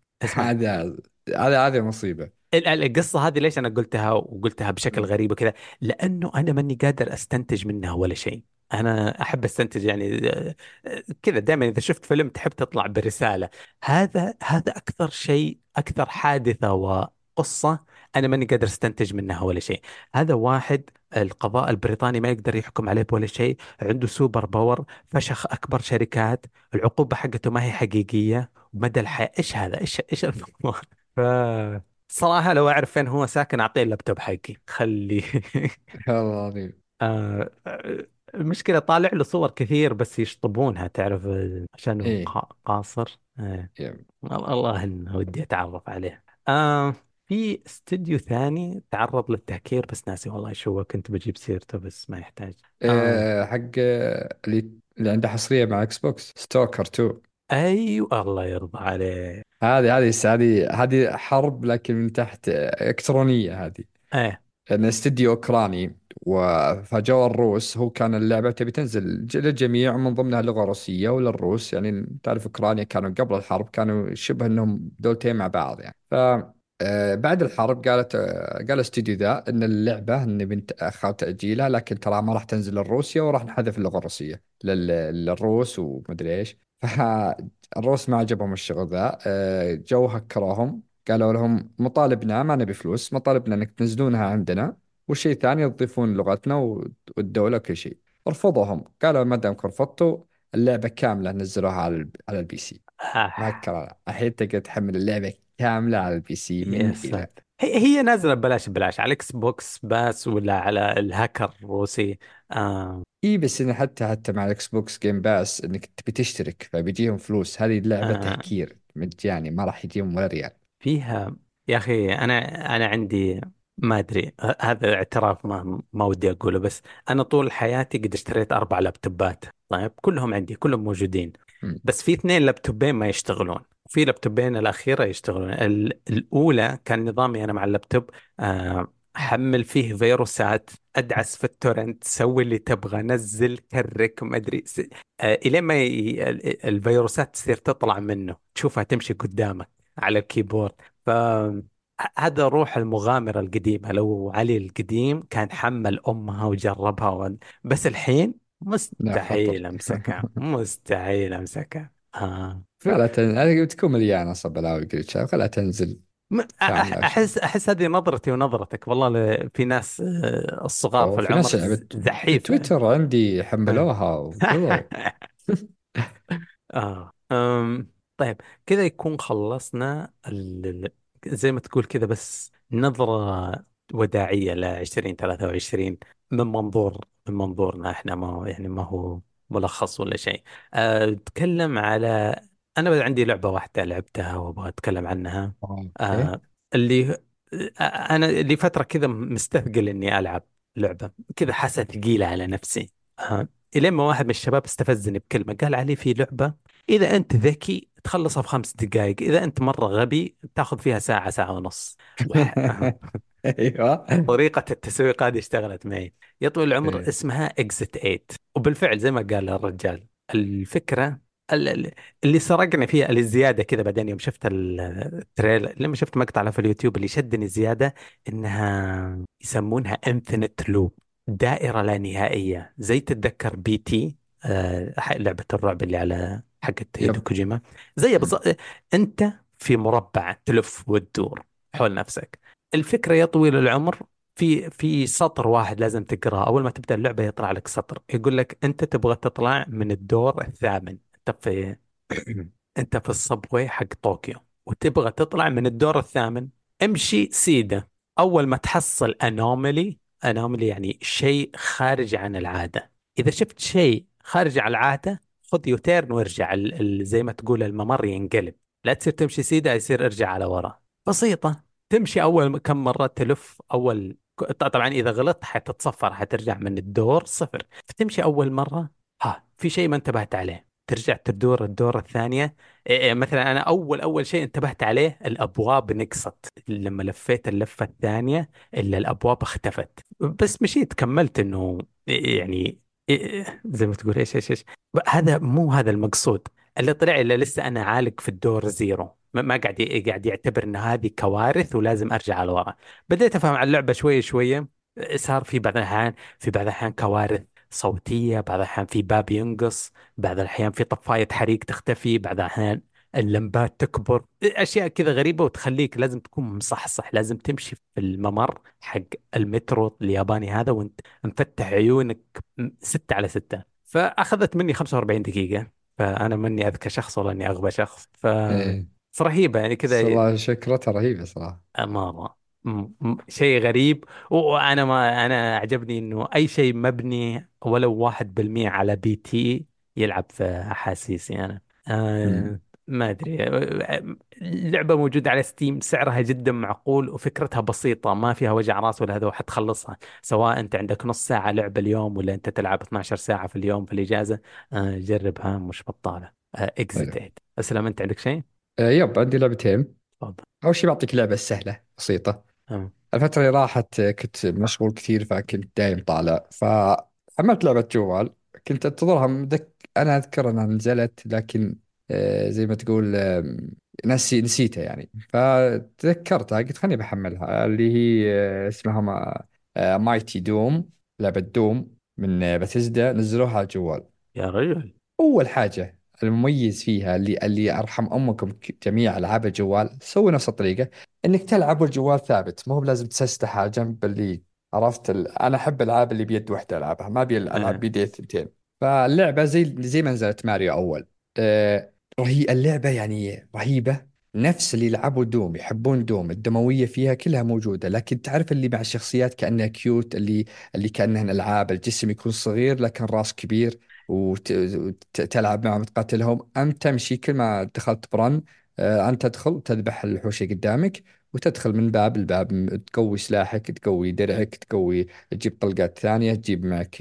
هذا مصيبة. القصة هذه ليش أنا قلتها وقلتها بشكل مم. غريب وكذا؟ لأنه أنا ماني قادر أستنتج منها ولا شيء. أنا أحب أستنتج يعني كذا دائما. إذا شفت فيلم تحب تطلع برسالة. هذا أكثر شيء، أكثر حادثة وقصة أنا ماني قادر أستنتج منها ولا شيء. هذا واحد القضاء البريطاني ما يقدر يحكم عليه بولا شيء، عنده سوبر باور، فشخ أكبر شركات، العقوبة حقته ما هي حقيقية، ومدى الحياة. إيش هذا؟ إيش الموضوع؟ ف صراحة لو أعرف فين هو ساكن أعطيه اللابتوب حقي خليه. والله العظيم. المشكلة طالع له صور كثير بس يشطبونها، تعرف، عشانه ايه. قاصر. يب. الله إن ودي أتعرف عليه. في استوديو ثاني تعرض للتهكير بس ناسي والله شو هو، كنت بجيب سيرته بس ما يحتاج. حق اللي عنده حصرية مع اكس بوكس ستوكر 2. أيوة الله يرضى عليه. هذه حرب لكن من تحت إلكترونية هذه. إيه. لأن استديو أوكراني فجوا الروس. هو كان اللعبة تبي تنزل للجميع من ضمنها اللغة الروسية وللروس. يعني تعرف أوكرانيا كانوا قبل الحرب كانوا شبه أنهم دولتين مع بعض يعني. بعد الحرب قال الاستديو ذا ان اللعبه نبي نأخر تاجيلها لكن ترى ما راح تنزل لروسيا وراح نحذف اللغه الروسيه للروس ومدري ايش. فالروس ما عجبهم الشغل ذا. جو هكروهم قالوا لهم مطالبنا ما نبي فلوس، مطالبنا انك تنزلونها عندنا والشيء الثاني تضيفون لغتنا والدولة وكل شيء. رفضوهم قالوا ما دامكم رفضتوا اللعبة كاملة نزلوها على البي سي. آه. مهكرة الحين تقدر تحمل اللعبة كاملة على البي سي يا من إلى. ساتر. هي نازلة ببلاش ببلاش على الاكس بوكس بس، ولا على الهاكر الروسي. آه اي بس انه حتى مع الاكس بوكس جيم باس انك تبي تشترك فبيجيهم فلوس. هذه اللعبة آه تهكير مجاني، ما راح يجيهم ولا ريال. فيها. يا اخي انا عندي، ما ادري، هذا اعتراف ما ودي اقوله، بس انا طول حياتي قد اشتريت 4 لابتوبات. طيب كلهم عندي، كلهم موجودين. مم. بس في 2 لابتوبين ما يشتغلون، وفي لابتوبين الأخيرة يشتغلون. الأولى كان نظامي أنا مع اللابتوب، أحمل فيه فيروسات، أدعس في التورنت، سوي اللي تبغى، نزل، كرك، ما أدري إلين ما الفيروسات تصير تطلع منه، تشوفها تمشي قدامك على الكيبورد. ف هذا روح المغامرة القديمة. لو علي القديم كان حمل أمها وجربها بس الحين لا خطر. مستحيل امسكها، مستحيل امسكها. خلها تنزل، بتكون مليانة صب بلاوي جلتشات، خلها تنزل تعمل أشياء. احس هذه نظرتي ونظرتك والله. في ناس الصغار في وفي العمر ناس في زحيفة. تويتر عندي آه. حملوها وقضوا. طيب، كذا يكون خلصنا زي ما تقول كذا، بس نظرة وداعية ل 2023 من منظورنا احنا، ما هو يعني ما هو ملخص ولا شيء. اتكلم على، انا عندي لعبة واحدة لعبتها وابغى اتكلم عنها. اوكي. آه، اللي انا لفترة كذا مستثقل اني العب لعبة كذا، حاسة ثقيلة على نفسي. الين ما واحد من الشباب استفزني بكلمة، قال علي في لعبة إذا أنت ذكي تخلصها في 5 دقائق، إذا أنت مرة غبي تاخذ فيها ساعة، ساعة ونص. ايوه. طريقة التسويق هذه اشتغلت معي. يا طويل العمر، إيه. اسمها اكزit 8. وبالفعل زي ما قال الرجال، الفكرة اللي سرقني فيها اللي زيادة كذا بعدين يوم شفت التريلر، لما شفت مقطع لها في اليوتيوب، اللي شدني زيادة انها يسمونها انفينيت لوب، دائرة لا نهائية. زي تتذكر بي تي، لعبة الرعب اللي على حقت هيدو يب. كوجيما، زي مم. بالضبط. انت في مربع تلف وتدور حول نفسك. الفكرة يا طويل العمر، في سطر واحد لازم تقراه اول ما تبدا اللعبه. يطلع لك سطر يقول لك انت تبغى تطلع من الدور الثامن. انت في انت في الصبوي حق طوكيو، وتبغى تطلع من الدور الثامن. امشي سيده، اول ما تحصل انومالي يعني شيء خارج عن العاده. اذا شفت شيء خارج عن العاده، خذ يوتيرن وارجع، زي ما تقول الممر ينقلب. لا تصير تمشي سيده، يصير ارجع على ورا. بسيطه. تمشي اول كم مرة، تلف اول، طبعا اذا غلطت حتتصفر، حترجع من الدور صفر. فتمشي اول مرة، في شيء ما انتبهت عليه، ترجع تدور الدور الثانية. مثلا انا اول شيء انتبهت عليه، الابواب نقصت لما لفيت اللفة الثانية، الا الابواب اختفت. بس مشيت كملت انه يعني زي ما تقول ايش هذا مو هذا المقصود. اللي طلع الا لسه انا عالق في الدور زيرو، ما قاعد يعتبر ان هذه كوارث ولازم ارجع لورا. بديت افهم على اللعبه شويه شويه. صار في بعض الاحيان كوارث صوتيه، بعض الاحيان في باب ينقص، بعض الاحيان في طفايه حريق تختفي، بعض الاحيان اللمبات تكبر، اشياء كذا غريبه، وتخليك لازم تكون مصحصح، لازم تمشي في الممر حق المترو الياباني هذا وانت مفتح عيونك 6/6. فاخذت مني 45 دقيقه. فانا مني اذكى شخص ولا اني اغبى شخص. إيه. رهيبة يعني كذا. صراحة شكلتها رهيبة صراحة. مرة شيء غريب. وأنا ما أنا أعجبني إنه أي شيء مبني ولو 1% على بي تي يلعب في أحاسيسي أنا. مم. ما أدري. اللعبة موجودة على ستيم، سعرها جدا معقول، وفكرتها بسيطة، ما فيها وجع راس ولا هذا، حتخلصها سواء أنت عندك نص ساعة لعبة اليوم ولا أنت تلعب 12 ساعة في اليوم في الإجازة. جربها، مش بطالة. حلو. اكزيت. أسلم، أنت عندك شيء؟ يب عندي لعبتين. تفضل. أول شيء بعطيك لعبة سهلة بسيطة. آه. الفترة اللي راحت كنت مشغول كثير فكنت دايم طالع فحملت لعبة جوال. كنت انتظرها أنا أذكر أنها نزلت لكن زي ما تقول نسيتها يعني. فتذكرتها قلت خليني بحملها، اللي هي اسمها مايتي دوم. لعبة دوم من باتيزدا، نزلوها على الجوال. يا رجل. أول حاجة المميز فيها، اللي أرحم أمكم، جميع ألعاب الجوال سووا نفس الطريقة، إنك تلعب والجوال ثابت، مو بلازم تسستح على جنب. اللي عرفت أنا أحب الألعاب اللي بيد واحدة ألعبها، ما أبي ألعب آه. بيدي ثنتين. فاللعبة زي ما نزلت ماريو أول. اللعبة يعني رهيبة. نفس اللي يلعبوا دوم يحبون دوم، الدموية فيها كلها موجودة، لكن تعرف اللي مع الشخصيات كأنها كيوت، اللي كأنهن ألعاب، الجسم يكون صغير لكن راس كبير، وتلعب معهم تقاتلهم. أم تمشي كل ما دخلت برن، أنت تدخل تذبح الوحوش اللي قدامك، وتدخل من باب لباب، تقوي سلاحك، تقوي درعك، تجيب طلقات ثانية، تجيب معك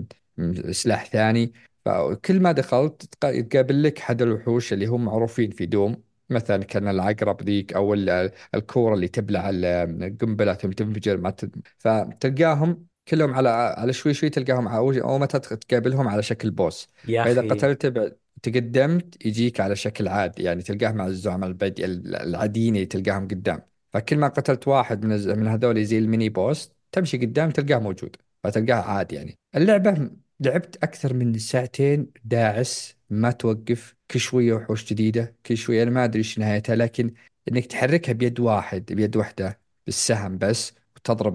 سلاح ثاني. فكل ما دخلت تقابل لك حد الوحوش اللي هم معروفين في دوم، مثلا كان العقرب ذيك، او الكوره اللي تبلع القنبله ثم تنفجر فتلقاهم كلهم على شوي شوي، تلقاهم أول ما تدخل تقابلهم على شكل بوس. يا فاذا اخي. قتلت تقدمت يجيك على شكل عادي، يعني تلقاه مع الزعماء البدء العاديين اللي تلقاهم قدام. فكل ما قتلت واحد من هذول زي الميني بوس، تمشي قدام تلقاه موجود، فتلقاه عادي. يعني اللعبة لعبت أكثر من ساعتين داعس ما توقف، كل شوية وحوش جديدة، كل شوية. أنا ما أدري إيش نهايتها، لكن إنك تحركها بيد واحدة بالسهم بس، وتضرب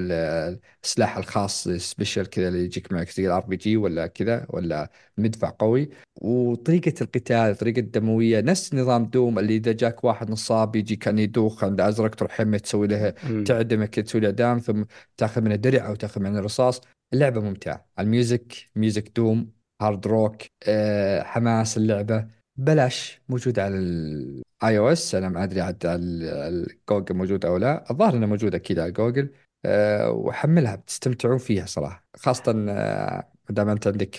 السلاح الخاص سبيشل كذا اللي يجيك معك زي الار بي جي ولا كذا، ولا مدفع قوي. وطريقة القتال، طريقة الدموية نفس نظام دوم، اللي إذا جاك واحد نصاب يجي كان يدوخ عند أزرق، تروح يمه تسوي له امم. تعدمك، تسوي له إعدام، ثم تاخذ منه درع أو تاخذ منه رصاص. اللعبة ممتعة، الميوزك ميوزك دوم، هارد روك، حماس اللعبة. بلاش، موجودة على الاي او اس، انا ما ادري عاد على الجوجل موجودة او لا، الظاهر انها موجودة اكيد على جوجل. وحملها بتستمتعون فيها صراحة، خاصة ما دام انت عندك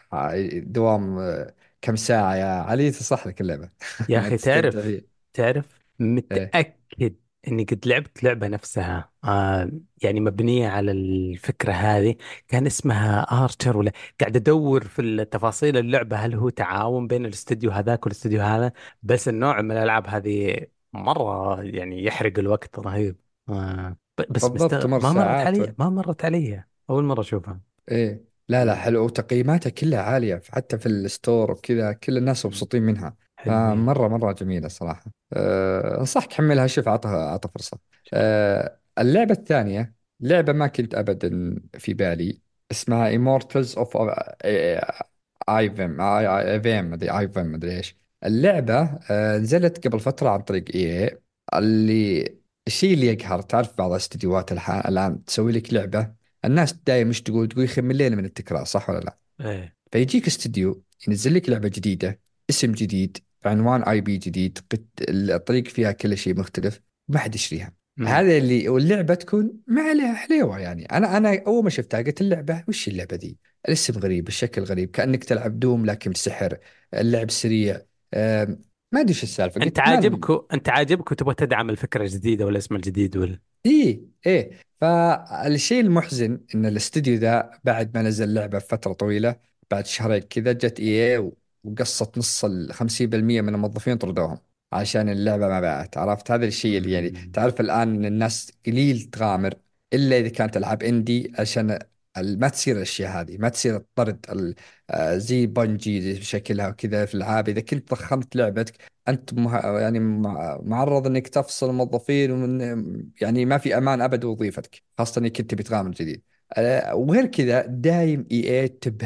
دوام كم ساعة يا علي، تصح لك اللعبة يا انك اخي، تستمتع تعرف فيها. تعرف ايه متأكد اني قد لعبت لعبة نفسها، يعني مبنية على الفكرة هذه. كان اسمها ارشر ولا. قاعد ادور في التفاصيل اللعبة، هل هو تعاون بين الاستديو هذاك والاستديو هذا؟ بس النوع من الالعاب هذه مرة يعني يحرق الوقت رهيب. بس بالضبط، تمر ما مرت ساعات. علي، ما مرت علي اول مرة اشوفها. ايه لا لا، مم. حلو، وتقييماتها كلها عالية حتى في الستور وكذا، كل الناس مم. مبسوطين منها. حلوين. مرة جميلة صراحة. أنصحك حملها، شوف، عطها فرصة. اللعبة الثانية لعبة ما كنت أبدا في بالي، اسمها Immortals of ايفم ايفم مدري ايفم مدري ايش. اللعبة نزلت قبل فترة عن طريق اي، اللي الشيء اللي يقهر، تعرف بعض الاستديوهات الآن تسوي لك لعبة، الناس دايم مش تقول يا اخي ملينا من التكرار، صح ولا لا؟ ايه. فيجيك استديو ينزل لك لعبة جديدة، اسم جديد، بعنوان اي بي جديد، الطريق فيها كل شيء مختلف، ما حد يشتريها. مم. هذا اللي، واللعبة تكون ما عليها حليوة. يعني انا اول ما شفتها قلت اللعبة وش اللعبة ذي؟ الاسم غريب، الشكل غريب، كأنك تلعب دوم لكن بسحر، اللعب سريع. ما ادري ايش السالفة، انت قلت ما. عاجبك انت عاجبك وتبغى تدعم الفكرة الجديدة والاسم الجديد ايه فالشيء المحزن ان الاستديو ذا بعد ما نزل لعبة فترة طويلة، بعد شهرين كذا جت اي وقصت نص 50% من الموظفين، طردوهم عشان اللعبة ما باعت. عرفت هذا الشيء اللي يعني مم. تعرف الآن ان الناس قليل تغامر الا اذا كانت العاب اندي، عشان ما تصير الاشياء هذه، ما تصير الطرد زي بنجي زي شكلها وكذا في الالعاب. اذا كنت ضخمت لعبتك، انت يعني معرض انك تفصل الموظفين، يعني ما في امان ابد وظيفتك، خاصه انك كنت بتغامر جديد. وغير كذا دايم اي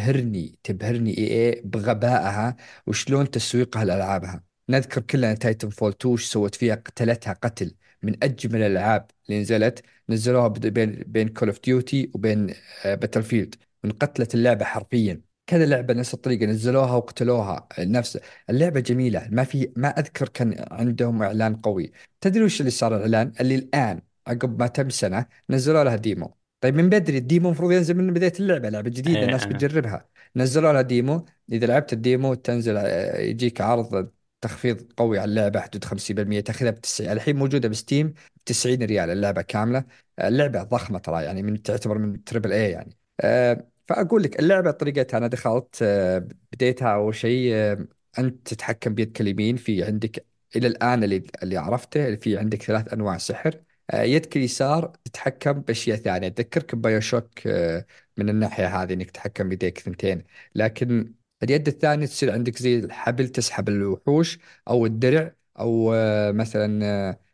تبهرني اي بغبائها، وشلون تسويقها لالعابها. نذكر كلنا تايتن فول 2 وش سوت فيها، قتلتها قتل، من اجمل الالعاب اللي نزلت. نزلوها بين كول اوف ديوتي وبين باتل فيلد، من قتلة اللعبة حرفيا. كذا لعبة نفس الطريقة نزلوها وقتلوها نفس. اللعبة جميلة، ما أذكر كان عندهم إعلان قوي. تدري وش اللي صار الإعلان اللي الآن عقب ما تم سنة نزلوا لها ديمو؟ طيب من بدري الديمو المفروض ينزل من بداية اللعبة، لعبة جديدة الناس ايه. بتجربها. نزلوا لها ديمو، إذا لعبت الديمو تنزل يجيك عرض تخفيض قوي على اللعبة حدود 50%، تاخذها ب 90، الحين موجودة بستيم ب 90 ريال اللعبة كاملة. اللعبة ضخمة ترى، يعني تعتبر من تربل اي يعني. فأقول لك اللعبة طريقتها، أنا دخلت بديتها أول شيء. أنت تتحكم بيدك اليمين، في عندك إلى الآن اللي عرفته، في عندك ثلاث أنواع سحر. يدك اليسار تتحكم بأشياء ثانية تذكرك ببايوشوك، من الناحية هذه إنك تتحكم بيديك ثنتين. لكن اليد الثانية تصير عندك زي الحبل تسحب الوحوش، أو الدرع، أو مثلا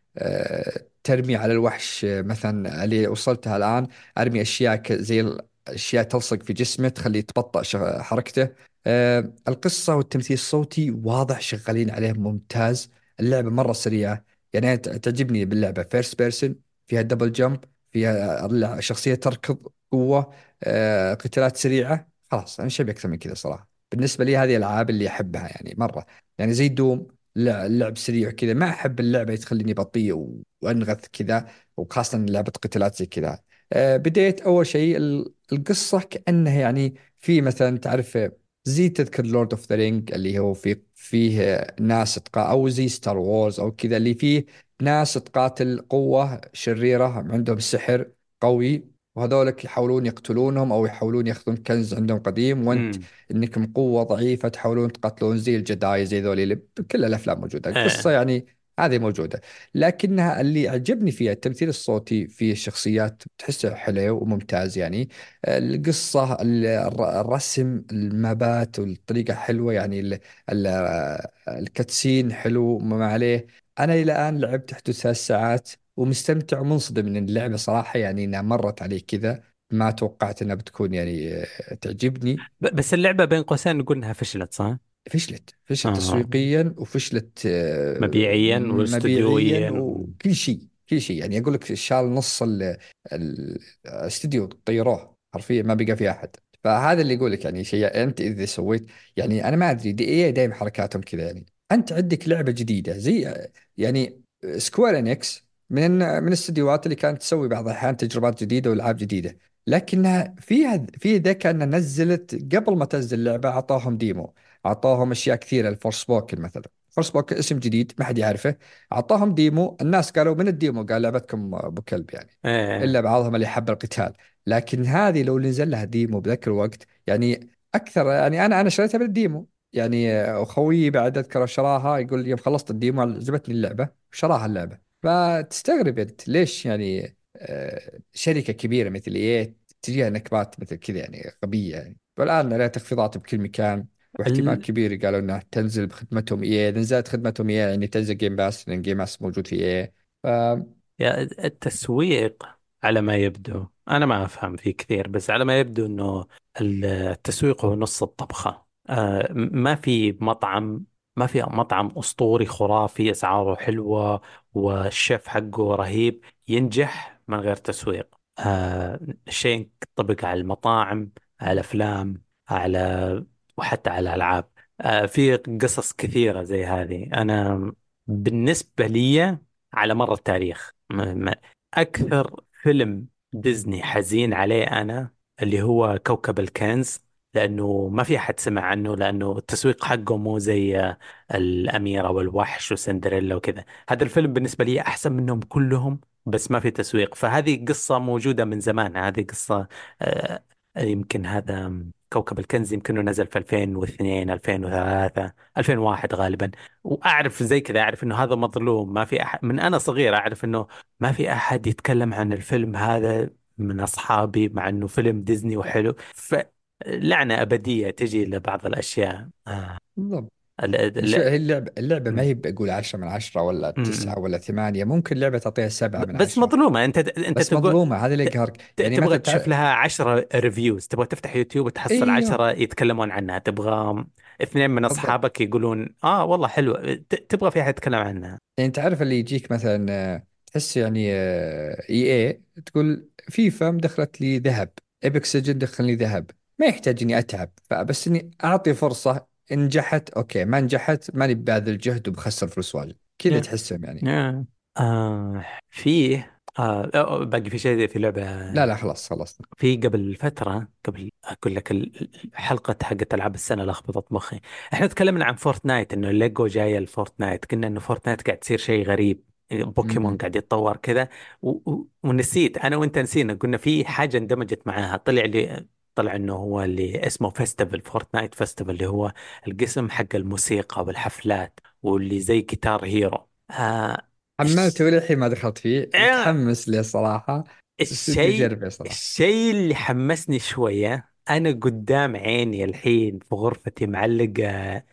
ترمي على الوحش. مثلا اللي وصلتها الآن، أرمي أشياء زي الأشياء تلصق في جسمه تخليه يتبطأ حركته. القصة والتمثيل الصوتي واضح، شغالين عليه ممتاز. اللعبة مرة سريعة. يعني أنا تعجبني باللعبة فيرست بيرسون، فيها دبل جمب، فيها شخصية تركض قوة، قتالات سريعة. خلاص أنا شبي أكثر من كذا صراحة. بالنسبة لي هذه الألعاب اللي أحبها يعني مرة. يعني زي دوم، اللعب سريع كذا. ما أحب اللعبة اللي تخليني بطيء وأنغث كذا، وخاصة لعبة قتالات زي كذا. بديت أول شيء القصة كأنها يعني في مثلا تعرف، زي تذكر لورد اوف ذا رينج اللي هو فيه ناس او زي ستار وورز او كذا، اللي فيه ناس تقاتل قوة شريرة عندهم سحر قوي، وهذولك يحاولون يقتلونهم او يحاولون ياخذون كنز عندهم قديم، وانت امم. انكم قوة ضعيفة تحاولون تقاتلون زي الجداي زي ذولي اللي بكل الافلام موجودة القصة ايه. يعني. هذه موجودة. لكنها اللي عجبني فيها التمثيل الصوتي في الشخصيات، تحسه حلو وممتاز يعني. القصة الرسم المابات والطريقة حلوة يعني. ال- الكاتسين حلو ما عليه. أنا إلى الآن لعبت حدود 3 ساعات ومستمتع ومنصدم من اللعبة صراحة، يعني إنها مرت علي كذا. ما توقعت إنها بتكون يعني تعجبني. بس اللعبة بين قوسين نقول انها فشلت، صح؟ فشلت اه. تسويقيا، وفشلت مبيعيا مبيعيا، واستوديويا. وكل شيء كل شيء. يعني اقول لك شال نص الاستديو، طيروه حرفيا ما بقى في احد. فهذا اللي يقول لك يعني شيء. انت اذا سويت يعني، انا ما ادري دي ايه دايم حركاتهم كذا يعني. انت عندك لعبه جديده زي يعني سكوير انكس، من الاستديوهات اللي كانت تسوي بعض الاحيان تجربات جديده والعاب جديده، لكنها في ذكاء انها نزلت قبل ما تنزل اللعبه اعطاهم ديمو، اعطاهم اشياء كثيره. الفورس بوكن مثلا، فورس بوكن اسم جديد ما حد يعرفه، اعطاهم ديمو. الناس قالوا من الديمو قال لعبتكم ابو كلب يعني، الا ايه. بعضهم اللي حب القتال. لكن هذه لو نزل لها ديمو بذاك الوقت يعني اكثر يعني. انا شريتها بالديمو يعني. اخوي بعد اذكر شراها، يقول يوم خلصت الديمو عجبتني اللعبه وشراها اللعبه. فتستغرب انت ليش يعني شركه كبيره مثل ايه تجيها نكبات مثل كذا يعني غبيه يعني. والان عليها تخفيضات بكل مكان، واحتمال ال... كبير قالوا انها تنزل بخدمتهم ايه. اذا نزلت خدمتهم ايه يعني تنزل جيم باس، لان جيم باس موجود في ايه. ف يا التسويق، على ما يبدو انا ما افهم فيه كثير، بس على ما يبدو انه التسويق هو نص الطبخة. ما في مطعم اسطوري خرافي اسعاره حلوة والشيف حقه رهيب ينجح من غير تسويق. الشيء ينطبق على المطاعم، على الافلام، على وحتى على الالعاب. في قصص كثيرة زي هذه. انا بالنسبة لي على مر التاريخ، أكثر فيلم ديزني حزين عليه أنا اللي هو كوكب الكنز، لأنه ما في أحد سمع عنه، لأنه التسويق حقه مو زي الأميرة والوحش وسندريلا وكذا. هذا الفيلم بالنسبة لي أحسن منهم كلهم، بس ما في تسويق. فهذه قصة موجودة من زمان. هذه قصة آه، يمكن هذا كوكب الكنز يمكنه نزل في 2002 2003 2001 غالبا. واعرف زي كذا، اعرف انه هذا مظلوم. ما في احد من انا صغير اعرف انه ما في احد يتكلم عن الفيلم هذا من اصحابي، مع انه فيلم ديزني وحلو. فلعنة ابدية تجي لبعض الاشياء. بالضبط. ال- شو ال- هي اللعبة ما م- هي بقول 10 من 10 ولا م- 9 ولا 8. ممكن لعبة تعطيها 7 من بس 10 مظلومة. انت بس تقول مظلومة. هذا اللي يقهرك يعني. تبغى مثلا تشوف لها 10 ريفيوز، تبغى تفتح يوتيوب وتحصل ايوه 10 يتكلمون عنها، تبغى اثنين من بالضبط. اصحابك يقولون والله حلو، تبغى في احد يتكلم عنها. يعني تعرف اللي يجيك مثلا تحس يعني اي اي تقول فيفا مدخلت لي ذهب، ايبك سجن دخل لي ذهب، ما يحتاج اني اتعب، فبس اني اعطي فرصة. إن نجحت اوكي، ما نجحت ماني بباذل جهد وبخسر فلوس واجد كذا تحسهم يعني. نعم. فيه باقي في شيء في لعبة. لا لا خلاص خلاص. في قبل فترة، قبل أقول لك الحلقة حقت ألعاب السنة لخبطت مخي. احنا تكلمنا عن فورتنايت، إنه ليجو جاية الفورتنايت، قلنا إنه فورتنايت قاعد تصير شيء غريب، بوكيمون م-م. قاعد يتطور كذا. ونسيت أنا وأنت، نسينا قلنا في حاجة اندمجت معاها. طلع إنه هو اللي اسمه فيستيفال، فورتنايت فيستيفال، اللي هو القسم حق الموسيقى والحفلات، واللي زي جيتار هيرو. حملته وللحين ما دخلت فيه، آه متحمس له صراحة. بس ودي الشيء اجربه صراحة. الشيء اللي حمسني شوية، أنا قدام عيني الحين في غرفتي معلق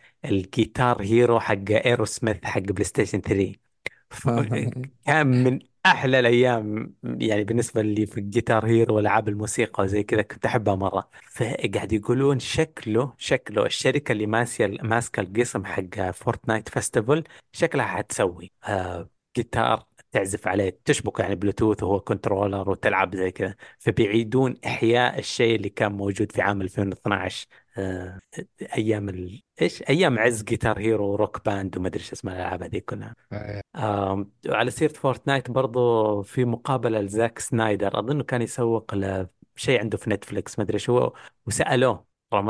الجيتار هيرو حق ايرو سميث حق بلاي ستيشن 3. ف- كان من احلى الايام يعني بالنسبه لي في الجيتار هيرو والعاب الموسيقى وزي كذا كنت احبها مره. فقاعد يقولون شكله الشركه اللي ماسكه القسم حق فورتنايت فيستيفال شكلها حتسوي جيتار تعزف عليه تشبكه يعني بلوتوث وهو كنترولر وتلعب زي كذا. فبيعيدون احياء الشيء اللي كان موجود في عام 2012. آه ايام ايش ايام عز جيتار هيرو وروك باند وما ادري ايش اسمها الالعاب هذه كلها. على سيرة فورتنايت برضو في مقابلة لزاك سنايدر أظنه كان يسوق لشيء عنده في نتفليكس ما أدري شو. وسألوه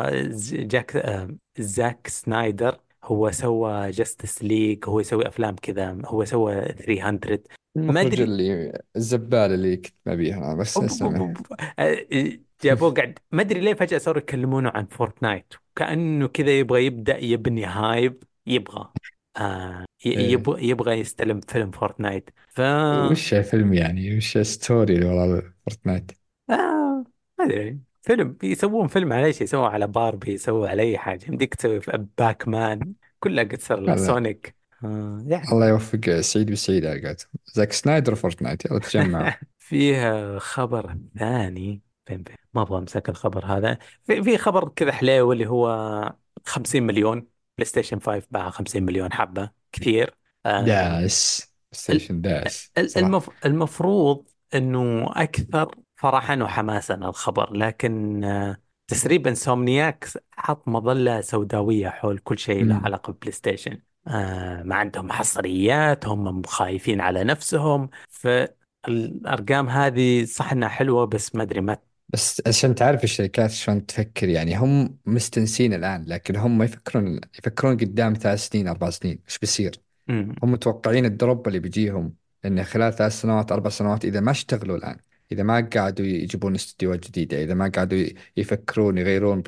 زاك سنايدر هو سوى جاستس ليج هو يسوي أفلام كذا هو سوى 300 ما المخرج أدري. اللي الزبال اللي كنت ببيها أنا بس أوب- أوب- اسمه. أوب- جابوه قاعد ما ادري ليه فجأة صاروا يكلمونه عن فورتنايت كأنه كذا يبغى يبدأ يبني هايب. يبغى إيه. يبغى يستلم فيلم فورتنايت ف وش فيلم يعني، وش ستوري اللي ورا فورتنايت؟ ما ادري فيلم يسوون فيلم على ايش يسوون على باربي يسوون على اي حاجة يمديك تسوي في باك مان كلها قد صار هذا سونيك يعني. الله يوفق سعيد وسعيد على زاك سنايدر فورتنايت، يلا تجمعوا. فيها خبر ثاني. فين ما ابغى امسك الخبر هذا. في خبر كذا حليو اللي هو 50 مليون بلاي ستيشن 5 باع 50 مليون حبة كثير. آه داس ال- ستيشن داس صراحة. المفروض انه اكثر فرحا وحماسا الخبر لكن تسريب انسومنياك حط مظلة سوداوية حول كل شيء له امم علاقة ببلاي ستيشن. ما عندهم حصريات هم خايفين على نفسهم فالارقام هذه صح انها حلوة بس ما ادري ما. بس عشان تعرف الشركات شلون تفكر، يعني هم مستنسين الآن لكن هم يفكرون قدام 3 سنين 4 سنين ايش بيصير. مم. هم متوقعين الدروب اللي بيجيهم، انه خلال 3 سنوات 4 سنوات اذا ما اشتغلوا الان، اذا ما قعدوا يجيبون استديوهات جديده، اذا ما قعدوا يفكرون يغيرون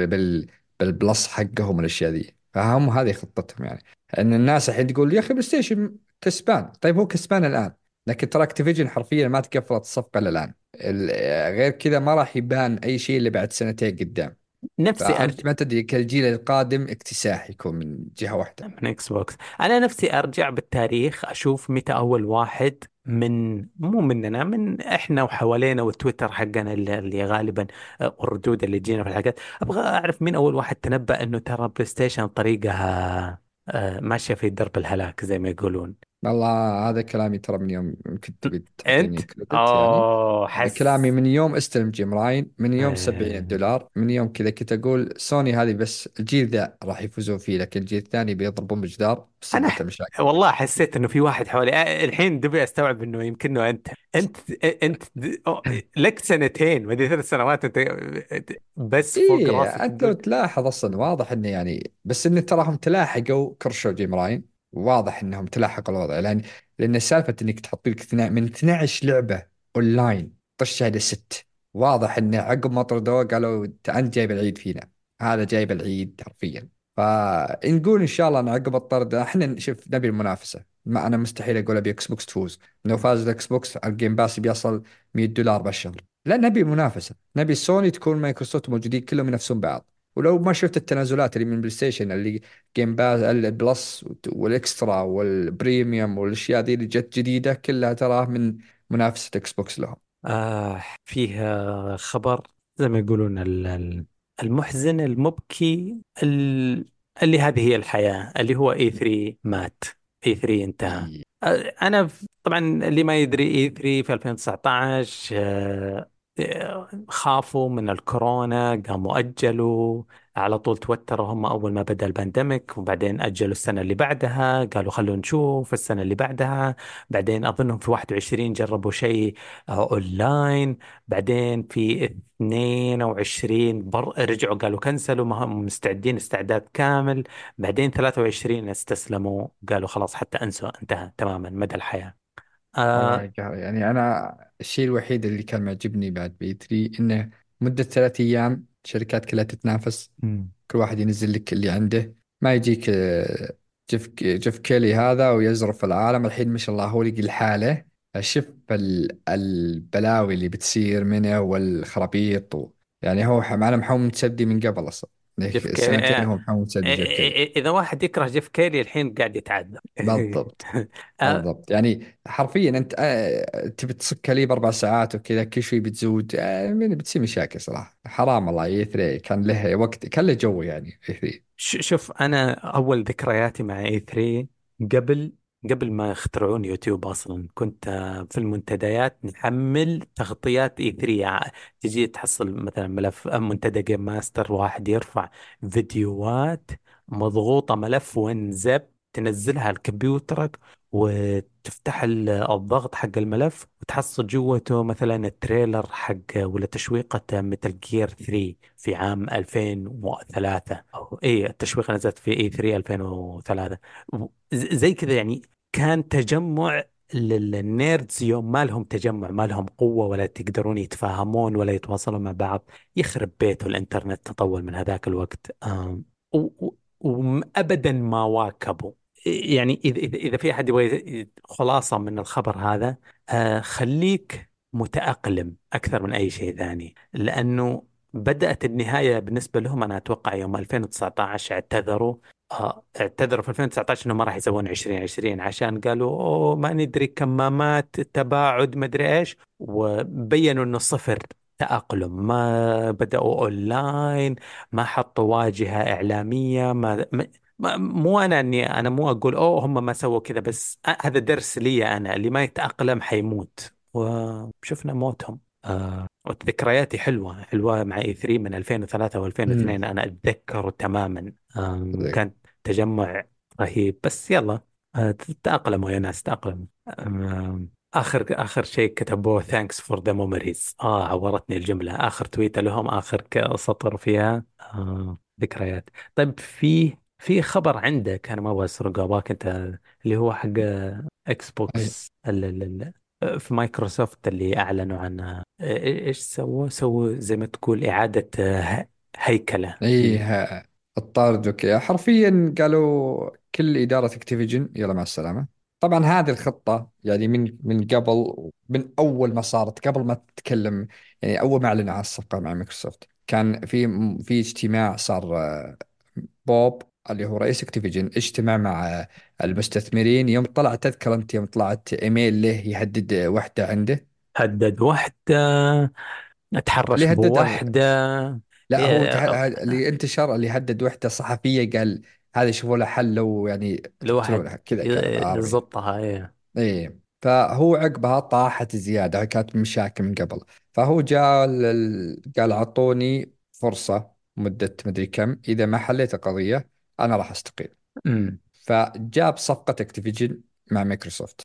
بالبلس حقهم والاشياء ذي، فهم هذه خطتهم يعني. ان الناس الحين تقول يا اخي بلاي ستيشن كسبان، طيب هو كسبان الان، لكن ترى اكتيفيجن حرفيا ما تقفلت الصفقه الا الان. غير كذا ما راح يبان اي شيء الا بعد سنتين قدام. نفسي فانت ما تدري كالجيل القادم اكتساح يكون من جهه واحده. من اكس بوكس. انا نفسي ارجع بالتاريخ اشوف متى اول واحد من مو مننا من احنا وحوالينا والتويتر حقنا اللي غالبا الردود اللي تجينا في الحاجات. ابغى اعرف مين اول واحد تنبأ انه ترى بلاي ستيشن طريقها ماشية في درب الهلاك زي ما يقولون. والله هذا كلامي ترى من يوم، يمكن تبي انت تعطيني كريدت يعني. هذا كلامي حس من يوم استلم جيم راين، من يوم سبعين آه، دولار من يوم كذا كنت أقول سوني هذه بس الجيل ذا راح يفوزون فيه، لكن الجيل الثاني بيضربون بجدار انا بسبة المشاكل. والله حسيت انه في واحد حوالي الحين دبي استوعب انه يمكن انه انت انت لك سنتين ما ادري 3 سنوات انت بس فوق إيه راسك أنت لو تقول. تلاحظ أصلا واضح إنه يعني، بس إن تراهم تلاحقوا كرشوا جيم راين. واضح إنهم تلاحقوا الوضع، لأن سالفة إنك تحط لك من 12 لعبة أونلاين طشها إلى 6. واضح إنه عقب ما طردوه قالوا أنت جايب العيد فينا، هذا جايب العيد حرفيا. فنقول إن شاء الله إن عقب الطرد إحنا شوف نبي المنافسة، ما أنا مستحيل أقول أبي إكس بوكس تفوز. لو فاز الإكس بوكس الجيم باس بيصل 100 دولار بالشهر. لا نبي منافسة، نبي سوني تكون مايكروسوفت موجودين كلهم ينافسون بعض. ولو ما شفت التنازلات اللي من بلاي ستيشن اللي جيم باس البلس والاكسترا والبريميوم والاشياء ذي اللي جت جديده كلها تراه من منافسه اكس بوكس لهم. فيه خبر زي ما يقولون المحزن المبكي اللي هذه هي الحياة اللي هو اي 3 مات. اي 3 انتهى. إي. طبعا اللي ما يدري اي 3 في 2019 خافوا من الكورونا قاموا أجلوا على طول. تويتروا هم أول ما بدأ البانديميك وبعدين أجلوا السنة اللي بعدها قالوا خلونا نشوف السنة اللي بعدها. بعدين أظنهم في 21 جربوا شيء أونلاين. بعدين في 22 رجعوا قالوا كنسلوا ما هم مستعدين استعداد كامل. بعدين 23 استسلموا قالوا خلاص حتى انسوا انتهى تماما مدى الحياة. آه يعني انا الشيء الوحيد اللي كان معجبني بعد بي 3 انه مده 3 ايام الشركات كلها تتنافس، مم. كل واحد ينزل لك اللي عنده. ما يجيك جيف كيلي هذا ويزرف العالم الحين ما شاء الله هو يلقي الحالة. شوف البلاوي اللي بتصير منه والخرابيط يعني هو معنا محوم متسدي من قبل اصلا. جيف كيلي سنتين هو محمود سيد جيف كيلي. اذا واحد يكره جيف كيلي الحين قاعد يتعذب. بالضبط. آه، بالضبط، يعني حرفيا انت تبي تصك لي باربع ساعات وكذا، كل شوي بتزود، بتصير مشاكل صراحه. حرام والله، اي 3 كان له وقت، كان له جو يعني اي 3. شوف انا اول ذكرياتي مع اي 3 قبل قبل ما يخترعون يوتيوب اصلا، كنت في المنتديات نحمل تغطيات اي 3. تجي تحصل مثلا ملف منتدى جيم ماستر، واحد يرفع فيديوهات مضغوطة ملف وين زب، تنزلها على كمبيوترك وتفتح الضغط حق الملف وتحصل جوته مثلا التريلر حق ولا تشويقة متل جير 3 في عام 2003، او اي التشويقة نزلت في اي 3 2003. زي كذا يعني. كان تجمع للنيردز يوم ما لهم تجمع، ما لهم قوة ولا تقدرون يتفاهمون ولا يتواصلون مع بعض. يخرب بيته الانترنت تطور من هذاك الوقت. وابدا ما واكبوا. يعني إذا في احد يبغى خلاصة من الخبر هذا، خليك متأقلم اكثر من اي شيء ثاني، لانه بدأت النهاية بالنسبة لهم. أنا أتوقع يوم 2019 اعتذروا. اعتذروا في 2019 انه ما راح يسوون 2020 عشان قالوا اوه ما ندري كمامات تباعد ما ادري ايش، وبينوا انه صفر تأقلم. ما بدأوا اونلاين، ما حطوا واجهة إعلامية. مو انا مو اقول اوه هم ما سووا كذا، بس هذا درس لي انا، اللي ما يتأقلم حيموت. وشفنا موتهم. وذكرياتي حلوة حلوة مع اي 3 من 2003 و2002، امم. انا اتذكره تماما. كان تجمع رهيب. بس يلا، تأقلموا يا ناس تأقلموا. آخر شيء كتبوه thanks for the memories. عورتني الجملة. آخر تويتة لهم، آخر سطر فيها ذكريات. طيب في خبر عندك أنا ما أبغى أسرقه، أبغاك أنت، اللي هو حق إكس اي. بوكس في مايكروسوفت اللي أعلنوا عنها. إيش سووا زي ما تقول إعادة هيكلة. اي الطارد وكذا، حرفيا قالوا كل إدارة اكتيفيجن يلا مع السلامة. طبعا هذه الخطة يعني من قبل، من أول ما صارت، قبل ما تتكلم، يعني أول ما أعلنوا عن الصفقة مع مايكروسوفت، كان في اجتماع صار. بوب اللي هو رئيس اكتيفيجن اجتمع مع المستثمرين. يوم طلع، تذكر أنت يوم طلعت إيميل له يهدد وحدة عنده؟ هدد واحدة، اللي اتحرش هددها، بوحدة. لا هو إيه، اللي انتشر، اللي هدد وحده صحفيه، قال هذا شوفوا له حل لو يعني الواحد تقتلونها، كذا كان عربي. يزطها. ايه. ايه. فهو عقبها طاحت زياده، كانت مشاكل من قبل. فهو جاء قال اعطوني فرصه مده مدري كم، اذا ما حليت القضيه انا راح استقيل. امم. فجاب صفقة اكتيفيجن مع مايكروسوفت.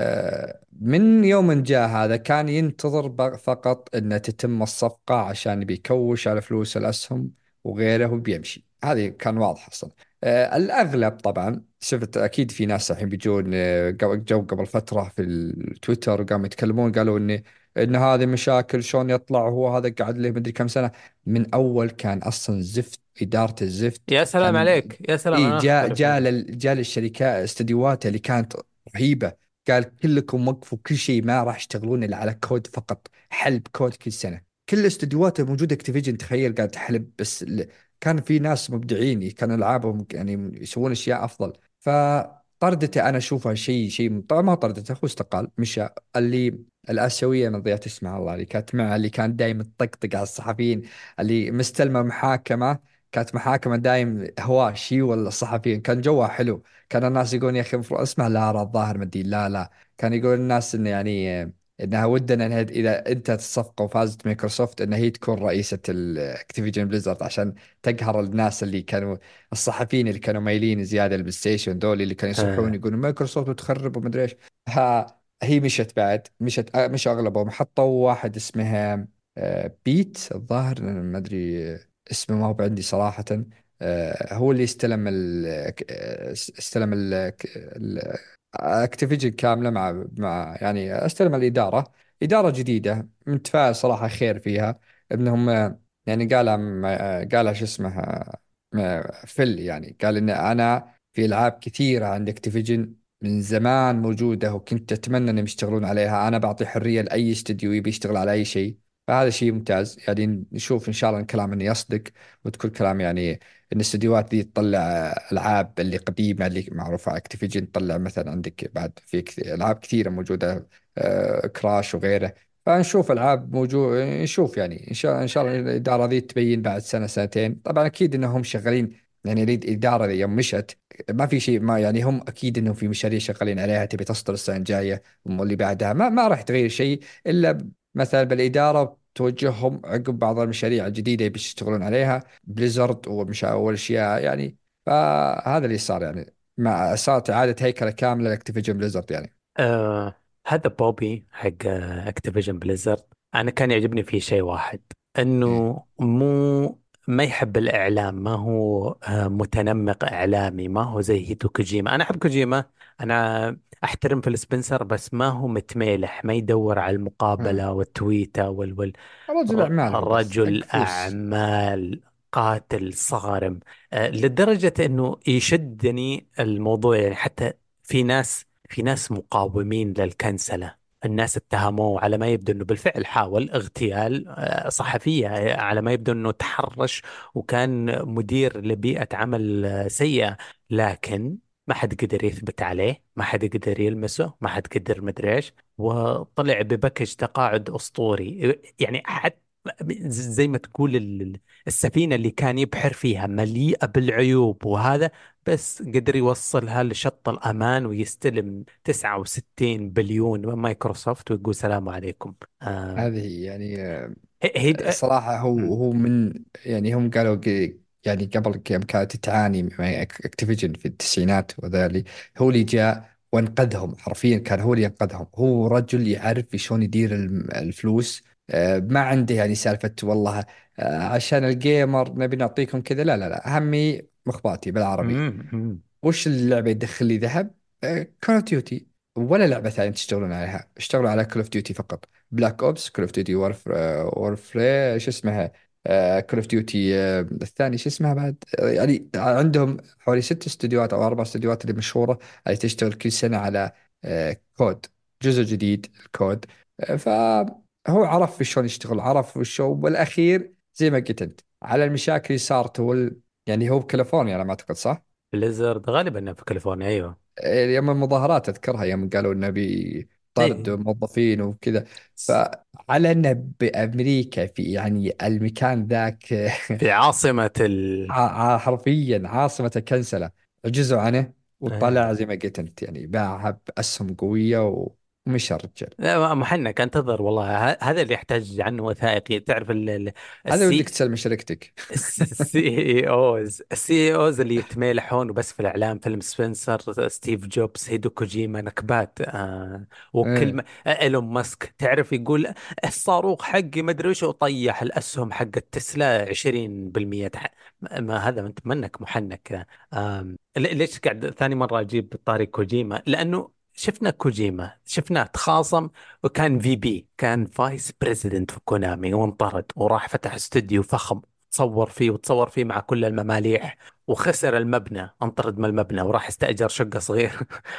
من يوم أن جاء هذا كان ينتظر فقط أن تتم الصفقة عشان بيكوش على فلوس الأسهم وغيره وبيمشي. هذه كان واضح أصلا. الأغلب طبعا شفت أكيد في ناس الحين بيجون، جو قبل فترة في التويتر قاموا يتكلمون، قالوا إن هذه مشاكل، شلون يطلع وهو هذا قاعد له مدري كم سنة. من أول كان أصلا زفت، إدارة الزفت. يا سلام كان عليك، يا سلام، اي، انا جاء اختلف جاء معك. جاء للشركات استديوهات اللي كانت رهيبة، قال كلكم وقفوا كل شيء، ما راح يشتغلون الا على كود فقط، حلب كود كل سنة. كل الاستديوهات الموجودة اكتيفيجن تخيل قاعد تحلب بس كان في ناس مبدعين، كان العابهم يعني يسوون اشياء افضل. فطردته انا اشوفها شيء طبعا ما طردته، هو استقال مشى. اللي الآسيوية أنا ضيعت اسمها الله، اللي كانت معه، اللي كان دايم تطقطق على الصحفيين، اللي مستلمة محاكمة، كانت محاكمة دايم هواشي ولا الصحفيين، كان جوها حلو. كان الناس يقولون يا أخي المفروض اسمه لارا الظاهر مدين، لا لا، كان يقول الناس إنه يعني إنها ودنا إنها إذا انتهت الصفقة وفازت مايكروسوفت إن هي تكون رئيسة الأكتيفيجن بليزرد، عشان تقهر الناس اللي كانوا، الصحفيين اللي كانوا مايلين زيادة البلاي ستيشن، دول اللي كانوا يصحون آه. يقولون مايكروسوفت بتخرب ومدري إيش. هي مشت بعد، مش أغلبهم، حطوا واحد اسمه بيت الظاهر، ما أدري اسمه ما هو عندي صراحة. هو اللي استلم اكتيفيجن كاملة، مع يعني استلم الإدارة، إدارة جديدة متفائل صراحة خير فيها. انهم يعني قالها شو اسمه، فيل يعني قال ان انا في العاب كثيرة عند اكتيفيجن من زمان موجودة، وكنت اتمنى انهم يشتغلون عليها. انا بعطي حرية لاي استديو يبي يشتغل على اي شيء، فهذا شيء ممتاز، يعني نشوف ان شاء الله ان كلام انه يصدق، وتكون كلام يعني ان الاستديوهات دي تطلع العاب اللي قديمه اللي معروفه. اكتيفيجن تطلع مثلا عندك بعد في العاب كثيره موجوده، كراش وغيره. فنشوف العاب موجود، نشوف يعني ان شاء الله الاداره ذي تبين بعد سنه سنتين. طبعا اكيد انهم شغالين، يعني الاداره ذي يوم مشت ما في شيء، ما يعني هم اكيد انهم في مشاريع شغالين عليها تبي تصدر السنه الجايه واللي بعدها، ما راح تغير شيء الا مثلا بالإدارة توجههم عقب بعض المشاريع الجديدة اللي بيشتغلون عليها، بليزرد والأشياء يعني. فهذا اللي صار يعني، مع صارت إعادة هيكلة كاملة لأكتيفيجن بليزرد يعني. هذا بوبي حق اكتيفيجن بليزرد. انا كان يعجبني فيه شيء واحد، إيه. انه ما يحب الاعلام، ما هو متنمق اعلامي، ما هو زي هيدو كوجيما. انا احب كوجيما، انا احترم فيل سبنسر، بس ما هو متميلح، ما يدور على آه. المقابلة والتويتة رجل أعمال هو، بس حق رجل فلوس. اعمال قاتل صارم، لدرجة انه يشدني الموضوع. يعني حتى في ناس مقاومين للكنسلة، الناس اتهموه على ما يبدو انه بالفعل حاول اغتيال صحفية، على ما يبدو انه تحرش وكان مدير لبيئة عمل سيئة، لكن ما حد قدر يثبت عليه، ما حد قدر يلمسه، ما حد قدر مدري ايش، وطلع بباكج تقاعد اسطوري. يعني حتى زي ما تقول السفينة اللي كان يبحر فيها مليئة بالعيوب وهذا، بس قدر يوصلها لشط الأمان ويستلم 69 بليون من مايكروسوفت ويقول سلام عليكم. آه هذه يعني هي صراحة م- هو من، يعني هم قالوا يعني قبل كم كانت تعاني مع اكتيفيجن في التسعينات وذلك، هو اللي جاء وانقذهم حرفيا، كان هو اللي ينقذهم. هو رجل يعرف شلون يدير الفلوس. ما عنده يعني سالفة والله عشان الجيمر نبي نعطيكم كذا، لا لا لا، همي مخباتي بالعربي. م. وش اللعبة يدخل لي ذهب؟ كول اوف ديوتي. ولا لعبة ثانية تشتغلون عليها، اشتغلوا على كول اوف ديوتي فقط. بلاك اوبس، كول اوف ديوتي وورفري، شو اسمها، كول اوف ديوتي الثاني شو اسمها بعد، يعني عندهم حوالي 6 استديوهات او 4 استديوهات اللي مشهورة، اللي تشتغل كل سنة على كود، جزء جديد الكود. فهو عرف شلون يشتغل، عرف وشو، بالاخير زي ما قلت انت على المشاكل اللي صارت يعني هو بكاليفورنيا على ما اعتقد، صح؟ بليزرد غالبا في كاليفورنيا، ايوه. يوم المظاهرات اذكرها، يوم قالوا انه بيطرد ايه، موظفين وكذا. فعلى انه بامريكا في يعني المكان ذاك في عاصمة حرفيا عاصمة الكنسلة، عجزوا عنه ايه. وطلع زي ما قلت انت، يعني باعها باسهم قوية ومشى الرجال. لا، محنك انتظر والله، هذا اللي يحتاج عنه وثائقي. تعرف هذا ودك السي تسلم شركتك. السي اي اوز اللي يتميلحون وبس في الاعلام، فيلم سبنسر، ستيف جوبز، هيدو كوجيما، نكبات. ايه. وكلمه ايلون ماسك، تعرف يقول الصاروخ حقي ما ادري وش، وطيح الاسهم حقت تسلا 20%. ما هذا انت منك محنك. ليش قاعد ثاني مره اجيب طاري كوجيما؟ لانه شفنا كوجيما، شفناه تخاصم، وكان كان فايس بريزيدنت في كونامي، وانطرد وراح فتح استوديو فخم، تصور فيه مع كل المماليح، وخسر المبنى، انطرد من المبنى وراح استأجر شقة صغير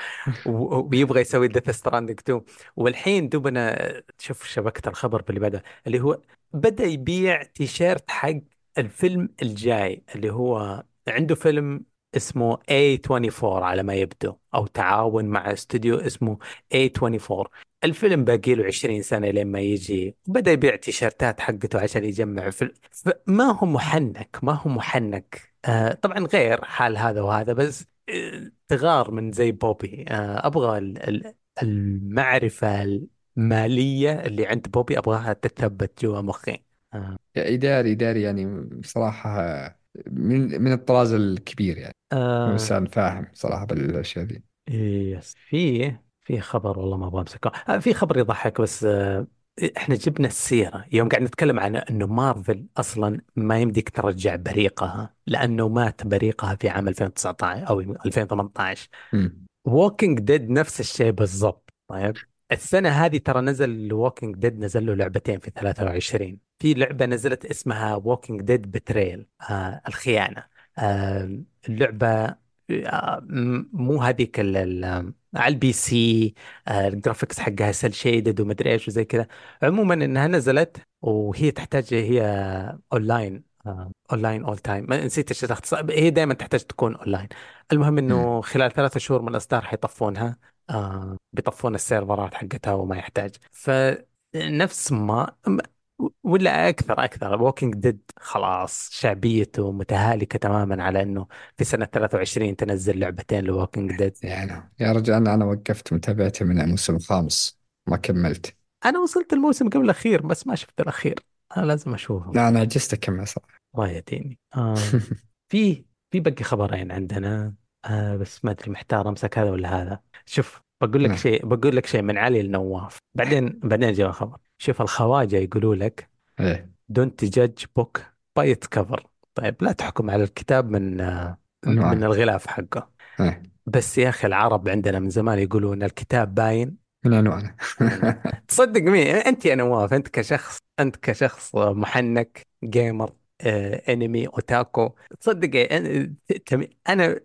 ويبغى يسوي ديث ستراندنج 2. والحين دوبنا تشوف شبكة الخبر باللي بعده، اللي هو بدأ يبيع تيشيرت حق الفيلم الجاي، اللي هو عنده فيلم اسمه A24 على ما يبدو، او تعاون مع استوديو اسمه A24. الفيلم باقي له 20 سنة لين ما يجي، بدأ يبيع تيشيرتات حقته عشان يجمع فيلم. ما هو محنك، ما هو محنك. طبعا غير حال هذا وهذا، بس تغار من زي بوبي. أبغى المعرفة المالية اللي عند بوبي أبغاها تتثبت جوا مخي. آه إداري إداري يعني بصراحة، من الطراز الكبير يعني. هو آه إنسان فاهم صراحة بالأشياء دي. يس، في خبر والله ما ابغى امسكه. في خبر يضحك بس. احنا جبنا السيرة يوم قاعد نتكلم عن انه مارفل اصلا ما يمديك ترجع بريقها، لانه مات بريقها في عام 2019 او 2018. مم. ووكينج ديد نفس الشيء بالضبط. طيب، السنة هذه ترى نزل ووكينج ديد، نزل له لعبتين في 23. في لعبة نزلت اسمها ووكينج ديد بتريل، الخيانة. اللعبة مو هذيك على البي سي. الجرافيكس حقها سيل شيدد ومدري ايش وزي كذا. عموما انها نزلت وهي تحتاج، هي اونلاين، اونلاين اول تايم، ما نسيت ايش الاختصار، هي دائما تحتاج تكون اونلاين. المهم مم. انه خلال 3 شهور من الاصدار حيطفونها، بيطفون السيرفرات حقتها وما يحتاج. فنفس ولا اكثر ووكينج ديد خلاص شعبيته متهالكه تماما على انه في سنه 23 تنزل لعبتين لووكينج ديد. يعني يا رجال، أنا وقفت متابعتي من الموسم الخامس، ما كملت. انا وصلت الموسم قبل الاخير بس ما شفت الاخير. انا لازم اشوفه. لا، أنا عجزت أكمل صراحة. الله يهديني. في باقي خبرين عندنا. بس ما ادري محتار امسك هذا ولا هذا. شوف، نعم. بقول لك شيء من علي النواف، بعدين جاء خبر. شوف، الخواجه يقولوا لك إيه. don't judge book by its cover. طيب لا تحكم على الكتاب من من وين؟ الغلاف حقه. إيه. بس يا اخي العرب عندنا من زمان يقولون الكتاب باين. من عنوانه. تصدق مين انت يا نواف؟ انت كشخص محنك جيمر، انمي اوتاكو. تصدق إيه؟ انا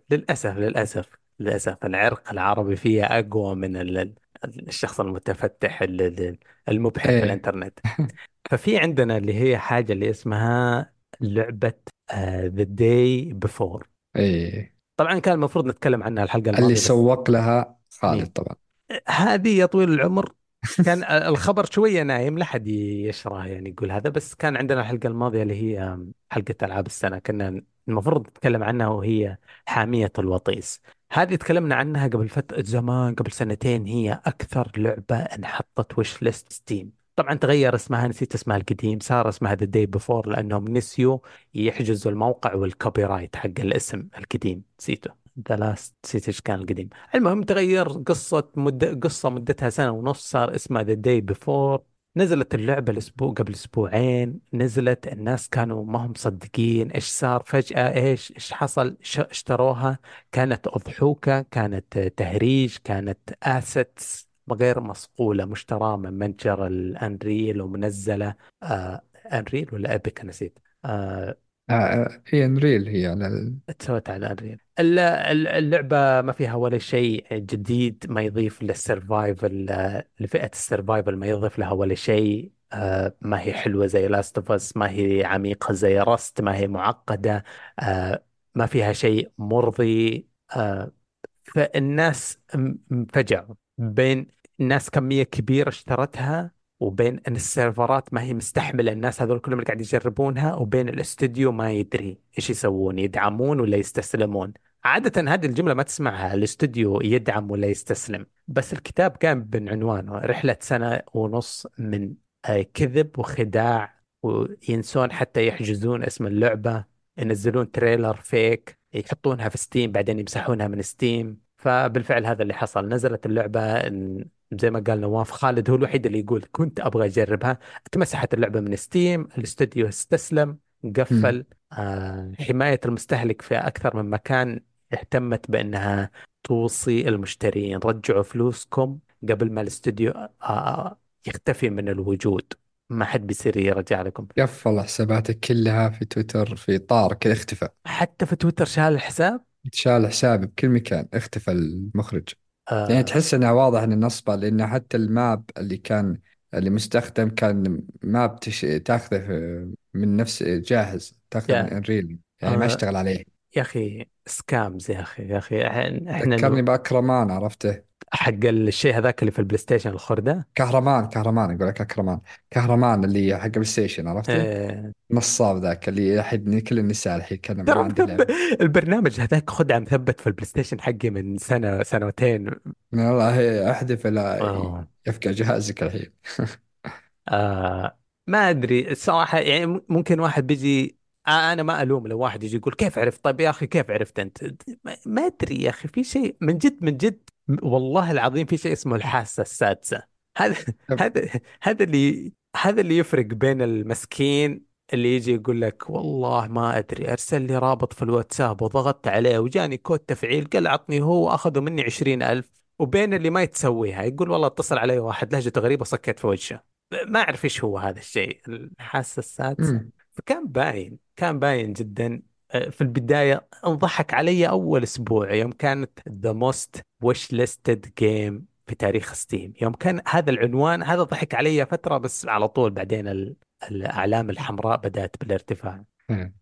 للاسف العرق العربي فيه اقوى من الشخص المتفتح المبحر في إيه. الانترنت. ففي عندنا اللي هي حاجة اللي اسمها لعبة The Day Before. إيه. طبعا كان المفروض نتكلم عنها الحلقة اللي الماضية بس. سوق لها خالد مين؟ طبعا. هذه يا طويل العمر. كان الخبر شوية نايم، لا حد يشرح يعني يقول هذا. بس كان عندنا الحلقة الماضية اللي هي حلقة ألعاب السنة، كنا المفروض نتكلم عنها، وهي حامية الوطيس. هذه تكلمنا عنها قبل زمان، قبل سنتين. هي أكثر لعبة انحطت وش ليست ستيم. طبعا تغير اسمها، نسيت اسمها القديم، صار اسمها ذا داي بيفور لأنهم نسيوا يحجزوا الموقع والكوبي رايت حق الاسم القديم، نسيته. ذا لاست، نسيت ايش كان القديم. المهم تغير قصة مدتها سنة ونص، صار اسمها ذا داي بيفور. نزلت اللعبة الأسبوع قبل أسبوعين، نزلت الناس كانوا ما هم مصدقين إيش صار فجأة، إيش حصل، اشتروها. كانت أضحوكة، كانت تهريج، كانت آسيتس غير مصقولة، مشتراه من متجر الأنريل ومنزلة. أنريل ولا أبيك، نسيت. هي انريل، هي على تسويت على انريل. اللعبة ما فيها ولا شيء جديد ما يضيف للسرفايفل، لفئة السرفايفل ما يضيف لها ولا شيء. ما هي حلوة زي لاست اوف اس، ما هي عميقة زي راست، ما هي معقدة. ما فيها شيء مرضي. فالناس انفجعوا بين الناس، كمية كبيرة اشترتها، وبين ان السيرفرات ما هي مستحملة الناس هذول كلهم اللي قاعد يجربونها، وبين الاستوديو ما يدري ايش يسوون، يدعمون ولا يستسلمون. عادة هذه الجملة ما تسمعها، الاستوديو يدعم ولا يستسلم. بس الكتاب كان بعنوانه رحلة سنة ونص من كذب وخداع، وينسون حتى يحجزون اسم اللعبة، ينزلون تريلر فيك يحطونها في ستيم بعدين يمسحونها من ستيم. فبالفعل هذا اللي حصل، نزلت اللعبة. زي ما قال نواف، خالد هو الوحيد اللي يقول كنت أبغى أجربها. اتمسحت اللعبة من ستيم، الاستوديو استسلم، مم. قفل. حماية المستهلك في أكثر من مكان اهتمت بأنها توصي المشترين رجعوا فلوسكم قبل ما الاستوديو يختفي من الوجود. ما حد بيصير يرجع لكم. قفل حساباتك كلها في تويتر، في طار كذا اختفى. حتى في تويتر شال الحساب. شال حسابي بكل مكان، اختفى المخرج. يعني آه تحس انها واضح ان النصبة، لان حتى الماب اللي مستخدم كان ماب تاخذه من نفس جاهز، تاخذه من يا انريل، يعني ما آه اشتغل عليه. يا اخي سكامز، يا اخي احنا ذكرني باكرمان، عرفته؟ حق الشيء هذاك اللي في البلاي ستيشن الخردة. كهرمان اقول لك اكرمان. كهرمان اللي حق بلاي ستيشن، عرفته؟ آه نصاب ذاك اللي الحين كل النساء الحين كان ما ترى عنده مثبت لعبة. البرنامج هذاك، خدعة مثبت في البلاي ستيشن حقي من سنة سنتين. من الله احذف، لا آه يفقع جهازك الحين. ما ادري الصراحه، يعني ممكن واحد بيجي. انا ما الوم لو واحد يجي يقول كيف عرفت. طيب يا اخي كيف عرفت انت؟ ما ادري يا اخي، في شيء من جد من جد، والله العظيم في شيء اسمه الحاسه السادسه. هذا هذا اللي يفرق بين المسكين اللي يجي يقول لك والله ما ادري، ارسل لي رابط في الواتساب وضغطت عليه وجاني كود تفعيل قال عطني هو، اخذوا مني 20,000. وبين اللي ما يتسويها يقول والله اتصل علي واحد لهجته غريبة صكيت في وجهه. ما أعرف إيش هو هذا الشيء، الحاسة السادسة. امم. فكان باين، كان باين جدا. في البداية انضحك علي أول أسبوع يوم كانت the most wishlisted game في تاريخ ستيم. يوم كان هذا العنوان هذا ضحك علي فترة، بس على طول بعدين الأعلام الحمراء بدأت بالارتفاع. مم.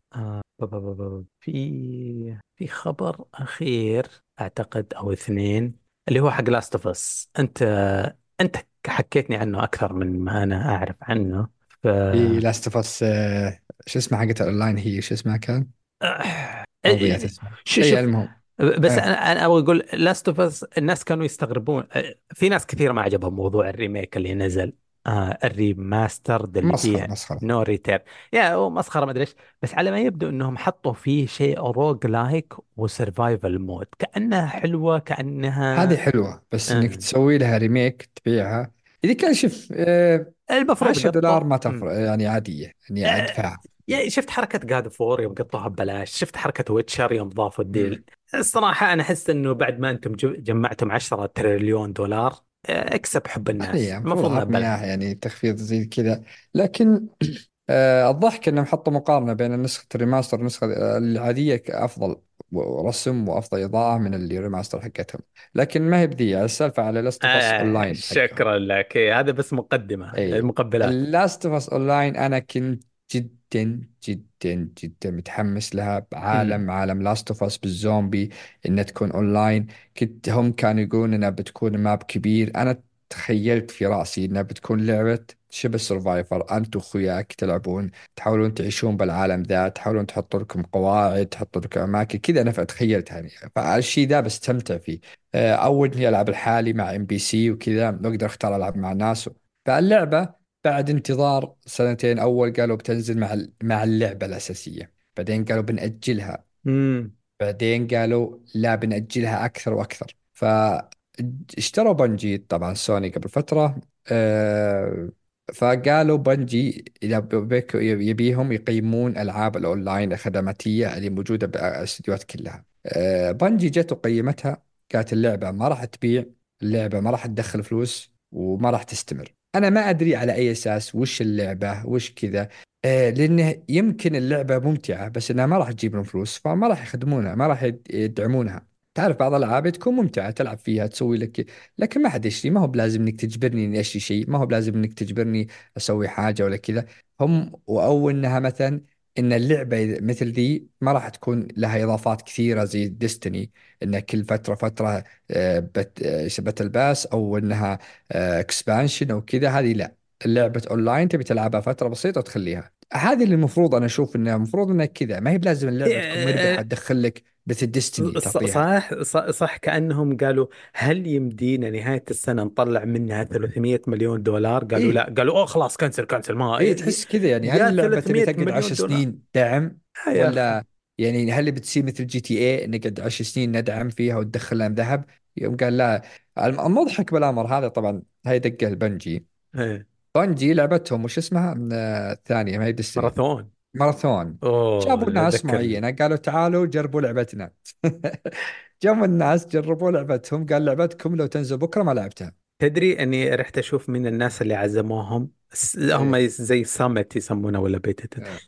في خبر أخير أعتقد أو اثنين، اللي هو حق لاست اوف اس. أنت حكيتني عنه أكثر من ما أنا أعرف عنه. ف في لاست اوف اس، شو اسمه حقت الاونلاين، هي شو اسمها كان؟ آه، او ضيعت اسمها. اي شوف، المهم. بس آه. انا ابغى اقول لاست اوف اس الناس كانوا يستغربون. في ناس كثير ما عجبهم موضوع الريميك اللي نزل، الريماسترد اللي مسخرة فيه مسخرة. نو ريتير. يا هو مسخره ما ادري ايش، بس على ما يبدو انهم حطوا فيه شيء روج لايك وسرفايفل مود، كانها حلوه هذه كانها. حلوة، بس انك آه. تسوي لها ريميك تبيعها، اذا كان شوف المفروض 10 دولار قطوا. ما تفرق يعني، عادية اني آه، ادفعها. يعني شفت حركة جاد فور يوم قطوها ببلاش، شفت حركة ويتشر يوم ضافوا الديل. مم. الصراحة أنا أحس إنه بعد ما أنتم جمعتم 10 تريليون دولار، اكسب حب يعني الناس، المفروض المفروض إنها عطني ببلاش. اياها يعني تخفيض زي كذا. لكن الضحك انهم حطوا مقارنة بين نسخة الريماستر والنسخة العادية، افضل رسم وافضل اضاءة من اللي ريماستر حقتهم. لكن ما هي بدي السالفة على لاست اوف اس اونلاين حقهم. شكرا لك. هذا بس مقدمة اي، المقبلات. اللاست اوف اس اونلاين انا كنت جدا جدا جدا متحمس لها، امم عالم لاست اوف اس بالزومبي، انها تكون اونلاين. هم كانوا يقولون انها بتكون ماب كبير، انا تخيلت في راسي انها بتكون لعبة شبه سرفايفر، انت واخوياك تلعبون، تحاولون تعيشون بالعالم ذا، تحاولون تحطوا لكم قواعد، تحطوا لكم اماكن كذا. انا تخيلت يعني، فالشيء ذا بستمتع فيه. او اني العب لحالي مع ام بي سي وكذا، واقدر اختار العب مع ناس. فاللعبة بعد انتظار سنتين، أول قالوا بتنزل مع اللعبة الأساسية، بعدين قالوا بنأجلها، امم بعدين قالوا لا بنأجلها أكثر وأكثر. فاشتروا بنجي طبعا سوني قبل فترة. فقالوا بنجي إذا يبيهم يقيمون ألعاب الأونلاين الخدماتية اللي موجودة بالاستديوهات كلها. بنجي جت وقيمتها، قالت اللعبة ما راح تبيع، اللعبة ما راح تدخل فلوس، وما راح تستمر. أنا ما أدري على أي أساس، وش اللعبة وش كذا. لأنه يمكن اللعبة ممتعة، بس إنها ما راح تجيب لهم فلوس، فما راح يخدمونها، ما راح يدعمونها. تعرف بعض الألعاب تكون ممتعة تلعب فيها تسوي لك، لكن ما حد يشتري. ما هو بلازم إنك تجبرني إني أشتري شيء، ما هو بلازم إنك تجبرني أسوي حاجة ولا كذا. أو إنها مثلا إن اللعبة مثل ذي ما راح تكون لها إضافات كثيرة زي ديستني، إن كل فترة باتل باس، أو إنها اكسبانشن أو كذا. هذه لا، اللعبة اونلاين تبي تلعبها فترة بسيطة وتخليها. هذه اللي المفروض انا اشوف انها المفروض انها كذا، ما هي بلازم اللعبة تكون مربحة تدخل لك بس الديستني تعطيها. صح كأنهم قالوا هل يمدينا نهاية السنة نطلع منها 300 مليون دولار؟ قالوا لا، ايه. قالوا اوه خلاص كنسل كنسل ما ايه تحس كذا يعني، هل يا اللعبة تبي 300 تقعد مليون عشر دولار. سنين دعم، يا اخي. ولا يعني هل بتصير مثل جي تي اي نقعد 10 سنين ندعم فيها وتدخل لنا ذهب؟ يوم قال لا. المضحك بالامر هذا طبعا هاي دقة البنجي. ايه. بنجي لعبتهم وش اسمها الثانية، ما هي ديستني، ماراثون. ماراثون. اوه جابوا لا ناس ذكرني. معينة قالوا تعالوا جربوا لعبتنا. جابوا الناس جربوا لعبتهم، قال لعبتكم لو تنزل بكرة ما لعبتها. تدري اني رحت اشوف من الناس اللي عزموهم، هم ايه. زي سامت يسمونه ولا بيتت. آه.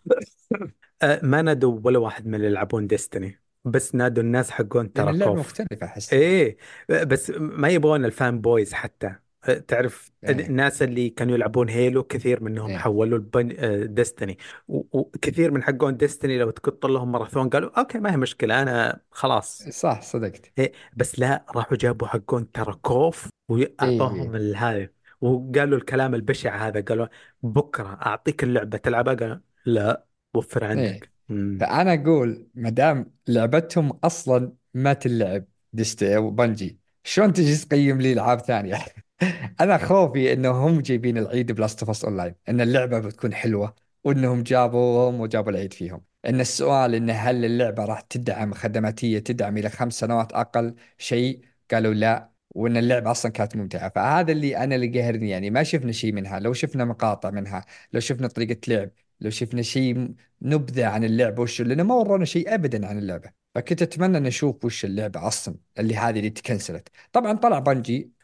ما نادوا ولا واحد من اللي يلعبون ديستني، بس نادوا الناس حقون لأن اللعبة تراكوف. مختلفة أحس. ايه، بس ما يبغون الفان بويز حتى. تعرف ايه. الناس اللي كانوا يلعبون هيلو كثير منهم ايه. حولوا ديستني. وكثير من حقون ديستني لو تقط لهم ماراثون قالوا اوكي ما هي مشكلة انا خلاص. صح صدقت. إيه، بس لا راحوا جابوا حقون تراكوف ايه. واعطوهم هذا، وقالوا الكلام البشع هذا، قالوا بكرة اعطيك اللعبة تلعبها، قالوا لا وفر ايه. عندك. فأنا أقول ما دام لعبتهم أصلا ما تلعب ديست وبنجي، شلون تجي تقيم لي ألعاب ثانية؟ انا خوفي انه هم جايبين العيد بلاست اوف اس اونلاين، ان اللعبه بتكون حلوه، وانهم جابوهم وجابوا العيد فيهم. ان السؤال ان هل اللعبه راح تدعم خدماتيه، تدعم الى 5 سنوات اقل شيء؟ قالوا لا، وان اللعبه اصلا كانت ممتعه. فهذا اللي قهرني يعني، ما شفنا شيء منها. لو شفنا مقاطع منها، لو شفنا طريقه لعب، لو شفنا شيء نبذه عن اللعبه وش، لانه ما ورونا شيء ابدا عن اللعبه. فكنت اتمنى ان اشوف وش اللعبه اصلا، اللي هذه اللي تكنسلت. طبعا طلع بنجي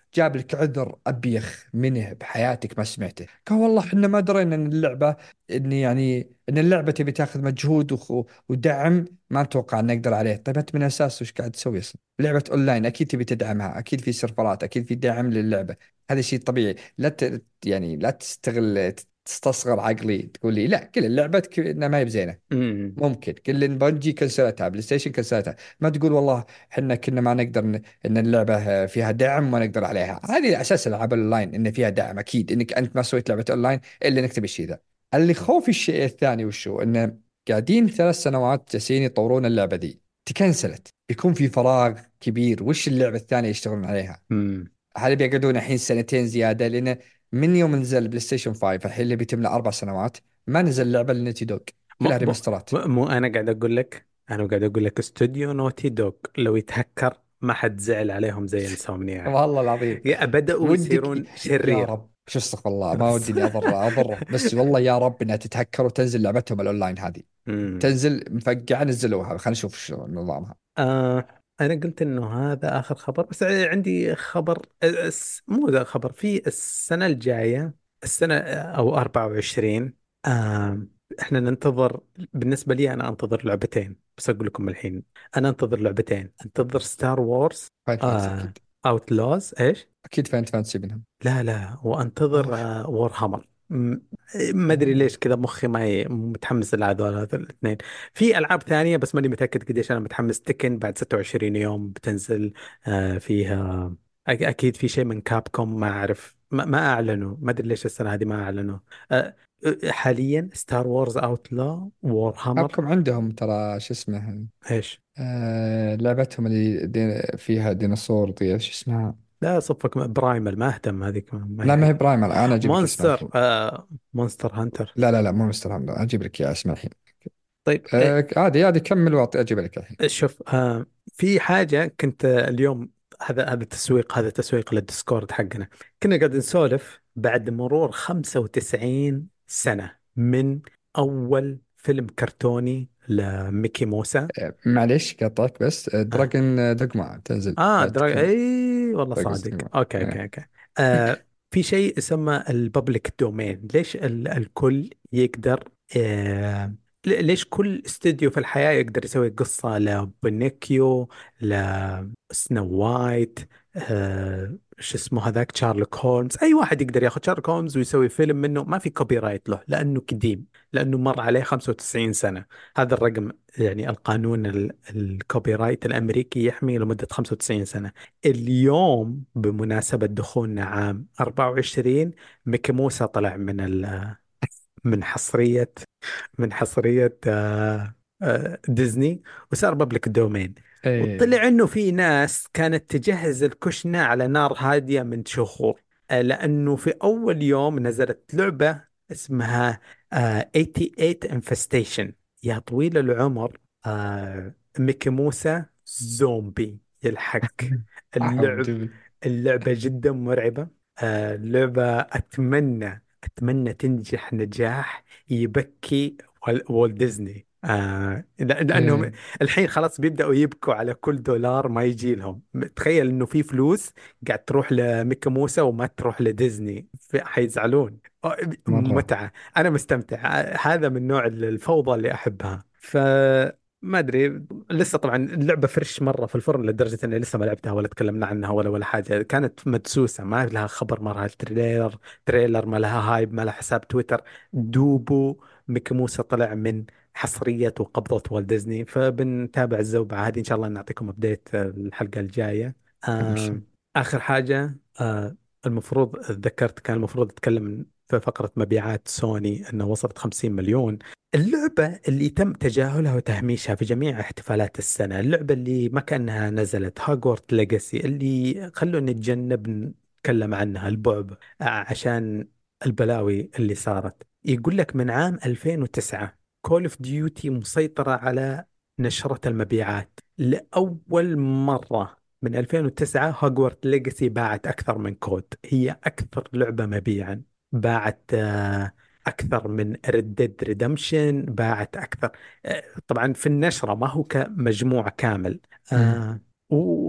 جاب لك عذر ابيخ منه بحياتك ما سمعته. قال والله احنا ما درينا ان اللعبه، ان يعني ان اللعبه تبي تاخذ مجهود ودعم ما نتوقع ان نقدر عليه. طيب انت من اساس وش قاعد تسوي اصلا؟ لعبه اونلاين اكيد تبي تدعمها، اكيد في سيرفرات، اكيد في دعم للعبه. هذا شيء طبيعي. يعني لا تستغل، تستصغر عقلي تقول لي لا كل اللعبة انها ما هي بزينه. امم ممكن كل بنجي كنسلتها، بلاي ستيشن كنسلتها. ما تقول والله احنا كنا ما نقدر ان اللعبه فيها دعم وما نقدر عليها. هذه اساس العاب الاونلاين، ان فيها دعم. اكيد انك انت ما سويت لعبه اونلاين الا انك تبي الشيء ذا. اللي خوفي الشيء الثاني وشو، انه قاعدين 3 سنوات جالسين يطورون اللعبه ذي، تكنسلت، بيكون في فراغ كبير. وش اللعبه الثانيه يشتغلون عليها؟ امم هل بيقعدون الحين سنتين زياده؟ لان من يوم نزل بلاي ستيشن 5 الحين اللي بيتم له 4 سنوات ما نزل لعبه لنتي دوغ، مو كلها مو ريمسترات. مو انا قاعد اقول لك، استوديو نوتي دوغ لو يتهكر ما حد زعل عليهم زي انسومنياك. والله العظيم بدأوا ودك، يصيرون يا شرير. رب شو استغفر الله، ما بس ودي اني اضره، بس والله يا رب انها تتهكر وتنزل لعبتهم الاونلاين هذه. امم تنزل مفقعه، نزلوها خلينا نشوف شو نظامها. أنا قلت إنه هذا آخر خبر، بس عندي خبر مو ذا خبر في السنة الجاية، السنة أو 24. آه إحنا ننتظر، بالنسبة لي أنا أنتظر لعبتين، بس أقول لكم الحين. أنا أنتظر لعبتين، أنتظر ستار وورز فاين فانسي اكيد. أوتلاز إيش؟ اكيد فاين فانسي منهم. لا لا، وانتظر اوف. وور هامر. ما ادري اوه. ليش كذا مخي ما متحمس لهذول هذول الاثنين. في العاب ثانيه بس ماني متاكد قديش انا متحمس. تكن بعد 26 يوم بتنزل فيها. اكيد في شيء من كاب كوم، ما اعرف، ما اعلنوا، ما ادري ليش السنه هذه ما اعلنوا. آه، حاليا ستار وورز اوتلا وور هامر. كابكم عندهم ترى شو اسمه، ايش؟ لعبتهم اللي فيها ديناصور دي شو اسمها؟ لا صفك برايمال، ما اهتم هذيك، ما هي لا ما هي حق. برايمر، انا اجيب لك اسمها مونستر الحين. مونستر هانتر. لا لا لا مو مستر هاملر، اجيب لك يا اسمها الحين. طيب عادي عادي كمل واعطي اجيب لك الحين. شوف في حاجة كنت اليوم، هذا تسويق للديسكورد حقنا. كنا قاعدين نسولف بعد مرور 95 سنة من أول فيلم كرتوني لميكي موسى. معليش قطعك بس، آه, دراجون دوغما تنزل بعد كم. اي والله دراجون صادق. دوغما. اوكي اوكي إيه. اوكي. في شيء اسمه الببليك دومين. ليش الكل يقدر آه ليش كل استوديو في الحياة يقدر يسوي قصة لبونيكيو، لسنو وايت، شو اسمه هذاك، شارلوك هولمز. اي واحد يقدر ياخذ شارلوك هولمز ويسوي فيلم منه، ما في كوبي رايت له لانه قديم، لانه مر عليه 95 سنة. هذا الرقم يعني القانون الكوبي رايت الامريكي يحمي لمدة 95 سنة. اليوم بمناسبة دخولنا عام 24، ميكي موسى طلع من حصرية، ديزني، وصار بابليك دومين. ايه. وطلع انه في ناس كانت تجهز الكشنة على نار هادية من شهور. لانه في اول يوم نزلت لعبة اسمها 88 انفستيشن. يا طويل العمر، ميكي موسى زومبي يلحق. اللعب حول. اللعبة جدا مرعبة. اللعبة أتمنى تنجح نجاح يبكي والت ديزني. لأنهم ايه. الحين خلاص بيبدأوا يبكوا على كل دولار ما يجي لهم. تخيل إنه في فلوس قاعد تروح لميكي موسى وما تروح لديزني، حيزعلون. مرة. متعة. أنا مستمتع. هذا من نوع الفوضى اللي أحبها. ما ادري. لسه طبعا اللعبه فريش مره في الفرن، لدرجه اني لسه ما لعبتها ولا تكلمنا عنها ولا حاجه. كانت مدسوسه، ما لها خبر، ما لها تريلر، ما لها هايب، ما لها حساب تويتر. دوبو ميكي موسى طلع من حصريه وقبضه والت ديزني. فبنتابع الزوبعه هذه ان شاء الله، نعطيكم ابديت الحلقه الجايه. ابشر. آه اخر حاجه، المفروض ذكرت، كان المفروض اتكلم في فقره مبيعات سوني انه وصلت 50 مليون. اللعبة اللي تم تجاهلها وتهميشها في جميع احتفالات السنة، اللعبة اللي ما كأنها نزلت، هاجورت ليجاسي، اللي خلونا نتجنب نتكلم عنها البعد عشان البلاوي اللي صارت. يقول لك من عام 2009 كول اوف ديوتي مسيطرة على نشرة المبيعات. لأول مرة من 2009 هاجورت ليجاسي باعت أكثر من كود. هي أكثر لعبة مبيعا. باعت أكثر من ريد ديد ريدمشن، باعت أكثر. طبعا في النشرة، ما هو كمجموع كامل. أمم. آه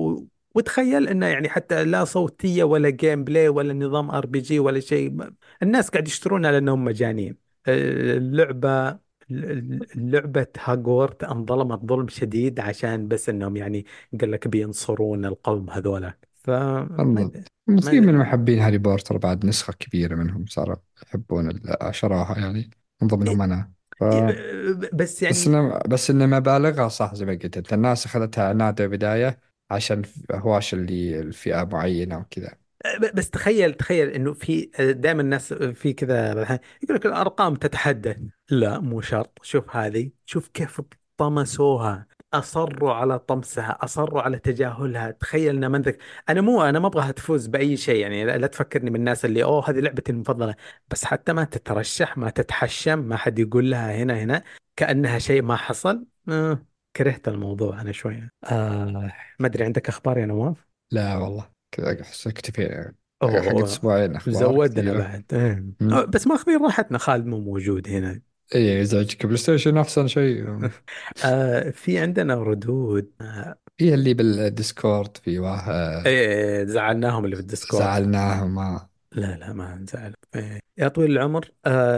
وتخيل انه يعني حتى لا صوتيه ولا جيم بلاي ولا نظام ار بي جي ولا شيء، الناس قاعد يشترونها لانهم مجانين. اللعبه لعبه هاجورت انظلمت ظلم شديد عشان بس انهم يعني قال لك بينصرون القوم هذولا. بالضبط. كثير من ما محبين هاري بوتر بعد نسخة كبيرة منهم صاروا يحبون شراها يعني، من ضمنهم أنا. ف بس بس يعني إنه مبالغها صح زي ما قلت أنت، الناس أخذتها عناد بداية عشان هواش اللي الفئة معينة وكذا. بس تخيل انه في دائما الناس في كذا يقول لك الارقام تتحدث. لا مو شرط. شوف هذه، شوف كيف طمسوها، اصروا على طمسها، اصروا على تجاهلها. تخيل ان من ذك. انا ما ابغاها تفوز باي شيء يعني. لا تفكرني من الناس اللي اوه هذه لعبتي المفضله، بس حتى ما تترشح، ما تتحشم، ما حد يقول لها هنا كانها شيء ما حصل. كرهت الموضوع انا شويه. ما ادري عندك اخبار يا نواف؟ لا والله كذا أحس اكتفي، حق اوه أسبوعين أخبار زودنا كثيرة. بعد. بس ماخذين راحتنا، خالد مو موجود هنا. إيه يزعجك بلاي ستيشن أحسن شيء. في عندنا ردود. هي اللي بالديسكورد في واحد زعلناهم اللي في الديسكورد. زعلناهم ما. لا ما نزعل. يا طويل العمر.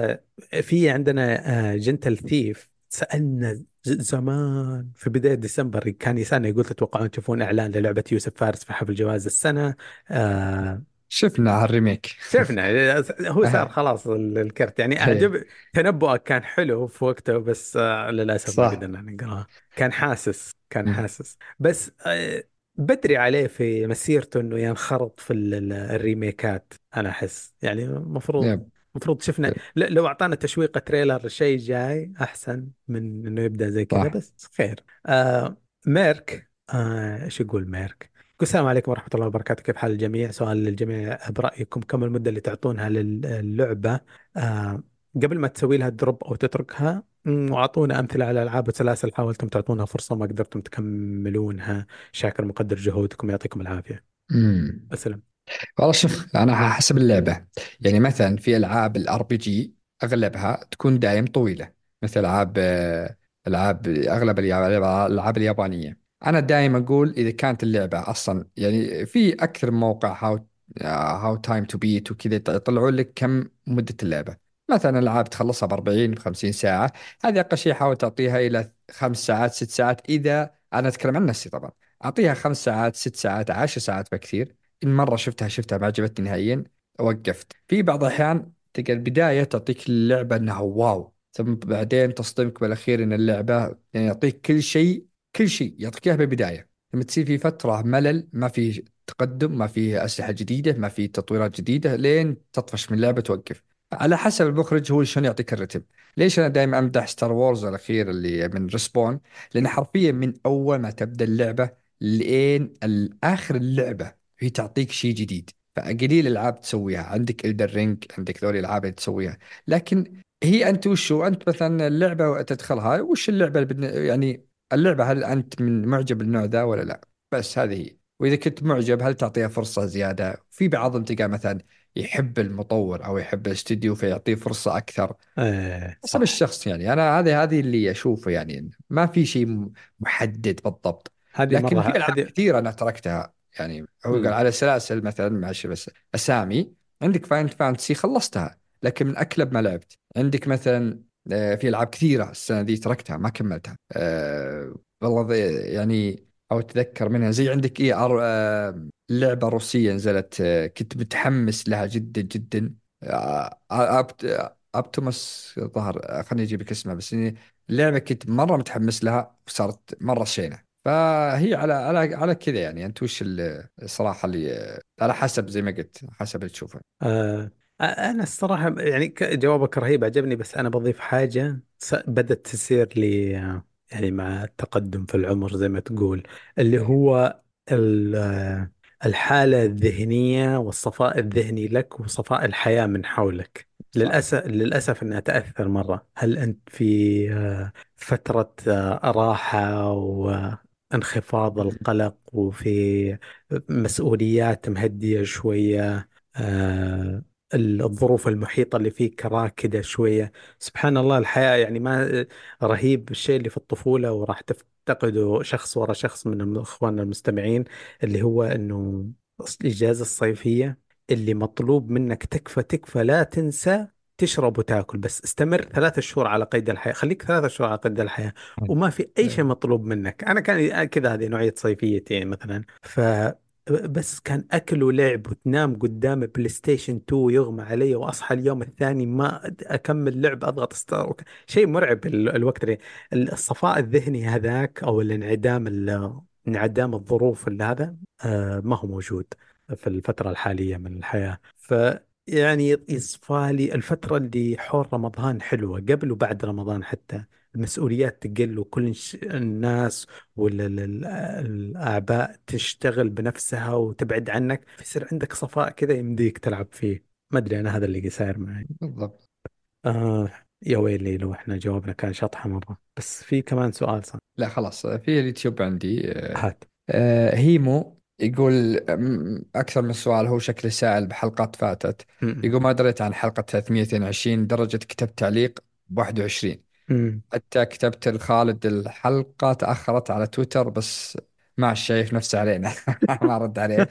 في عندنا جنتل ثيف سألنا زمان في بداية ديسمبر، كان يسألنا يقول تتوقعون تشوفون إعلان للعبة يوسف فارس في حفل جوائز السنة؟ آه، شفنا هالريميك. شفنا. هو صار خلاص الكرت يعني هي أعجب. تنبؤك كان حلو في وقته، بس للأسف ما صح. قدرنا نقراه. كان حاسس بس بدري عليه في مسيرته انه ينخرط في الريميكات. انا احس يعني المفروض شفنا لو اعطانا تشويقة تريلر شيء جاي احسن من انه يبدأ زي كذا، صح. بس خير. ميرك. ايش يقول ميرك؟ يقول السلام عليكم ورحمة الله وبركاته، كيف حال الجميع؟ سؤال للجميع، برأيكم كم المدة اللي تعطونها للعبة آه قبل ما تسوي لها دروب أو تتركها؟ وأعطونا أمثلة على ألعاب وسلاسل حاولتم تعطونها فرصة ما قدرتم تكملونها. شاكر مقدر جهودكم، يعطيكم العافية. امم أسلم. والله شوف انا حسب اللعبه. يعني مثلا في العاب الار بي جي اغلبها تكون دايم طويله، مثل العاب اغلب الالعاب اليابانيه. انا دايم اقول اذا كانت اللعبه اصلا يعني في اكثر من موقع هاو تايم تو بيت وكذا يطلعوا لك كم مده اللعبه. مثلا العاب تخلصها ب 40 ب 50 ساعه، هذه اقل شيء حاول تعطيها الى 5 ساعات 6 ساعات. اذا انا اتكلم عن نفسي طبعا، اعطيها 5 ساعات 6 ساعات 10 ساعات بكثير. إن مرة شفتها ما عجبتني نهائيا وقفت. في بعض الأحيان تلقى البداية تعطيك اللعبة أنها واو، ثم بعدين تصدمك بالأخير أن اللعبة يعني يعطيك كل شيء، كل شيء يعطيك إياه بالبداية. لما تصير في فترة ملل، ما في تقدم، ما في أسلحة جديدة، ما في تطويرات جديدة، لين تطفش من اللعبة توقف. على حسب المخرج هو شلون يعطيك الرتم. ليش أنا دائما أمدح ستار وورز الأخير اللي من ريسبون؟ لأن حرفيا من أول ما تبدأ اللعبة لين آخر اللعبة هي تعطيك شيء جديد. فقليل الالعاب تسويها، عندك الدر رينج، عندك ذولي الالعاب اللي تسويها. لكن هي انت وشو انت مثلا اللعبه تدخلها وش اللعبه يعني اللعبه هل انت من معجب بالنوع ذا ولا لا؟ بس هذه هي. واذا كنت معجب هل تعطيها فرصه زياده؟ في بعضهم تلقى مثلا يحب المطور او يحب الاستديو فيعطيه فرصه اكثر. حسب صح. الشخص يعني. انا هذه اللي اشوفه يعني، ما في شيء محدد بالضبط. هذه لكن مرة في العاب هذه. كثيره انا تركتها. يعني هو قال مم. على سلاسل مثلا ماشي، بس اسامي عندك فاين فانتسي خلصتها لكن من اكلب ما لعبت. عندك مثلا في العاب كثيره السنه ذي تركتها ما كملتها. والله يعني او اتذكر منها زي عندك اي لعبه روسيه نزلت، كنت متحمس لها جدا جدا. ابتومس ظهر، خليني اجيب لك اسمها، بس إني اللعبه كنت مره متحمس لها وصارت مره شينه. فهي على كذا يعني. انت وش الصراحه اللي على حسب زي ما قلت، حسب اللي تشوفه. أنا الصراحة يعني جوابك رهيب عجبني، بس أنا بضيف حاجة بدأت تصير لي يعني مع التقدم في العمر زي ما تقول، اللي هو الحالة الذهنية والصفاء الذهني لك وصفاء الحياة من حولك. صح. للأسف أنها تأثر مرة. هل أنت في فترة راحة وانخفاض القلق وفي مسؤوليات مهدية شوية؟ آه، الظروف المحيطة اللي فيك راكدة شوية. سبحان الله الحياة يعني ما رهيب الشيء اللي في الطفولة وراح اعتقد شخص ورا شخص من اخواننا المستمعين، اللي هو انه الاجازه الصيفيه اللي مطلوب منك تكفى تكفى لا تنسى تشرب وتاكل، بس استمر 3 شهور على قيد الحياه، خليك 3 شهور على قيد الحياه وما في اي شيء مطلوب منك. انا كان كذا، هذه نوعيه صيفيتي يعني مثلا. بس كان اكل ولعب، وتنام قدام بلاي ستيشن 2 يغمى علي، واصحى اليوم الثاني ما اكمل لعب، اضغط ستار. شيء مرعب الوقت اللي الصفاء الذهني هذاك، او الانعدام انعدام الظروف اللي هذا ما هو موجود في الفترة الحالية من الحياة. يعني يصفى لي الفترة اللي حول رمضان حلوة، قبل وبعد رمضان حتى المسؤوليات تقل، وكل الناس والآباء تشتغل بنفسها وتبعد عنك، فيصير عندك صفاء كذا يمديك تلعب فيه. ما أدري، أنا هذا اللي صاير معي. بالضبط. آه يا ويلي لو احنا جاوبنا كان شطحة مرة. بس في كمان سؤال صح. لا خلاص، في اليوتيوب عندي هات. هيمو يقول أكثر من سؤال، هو شكله سائل بحلقات فاتت. م- يقول ما دريت عن حلقة 322 درجة، كتبت تعليق ب 21، م. حتى كتبت لخالد الحلقة تأخرت على تويتر، بس ما شايف نفسه علينا ما رد عليه.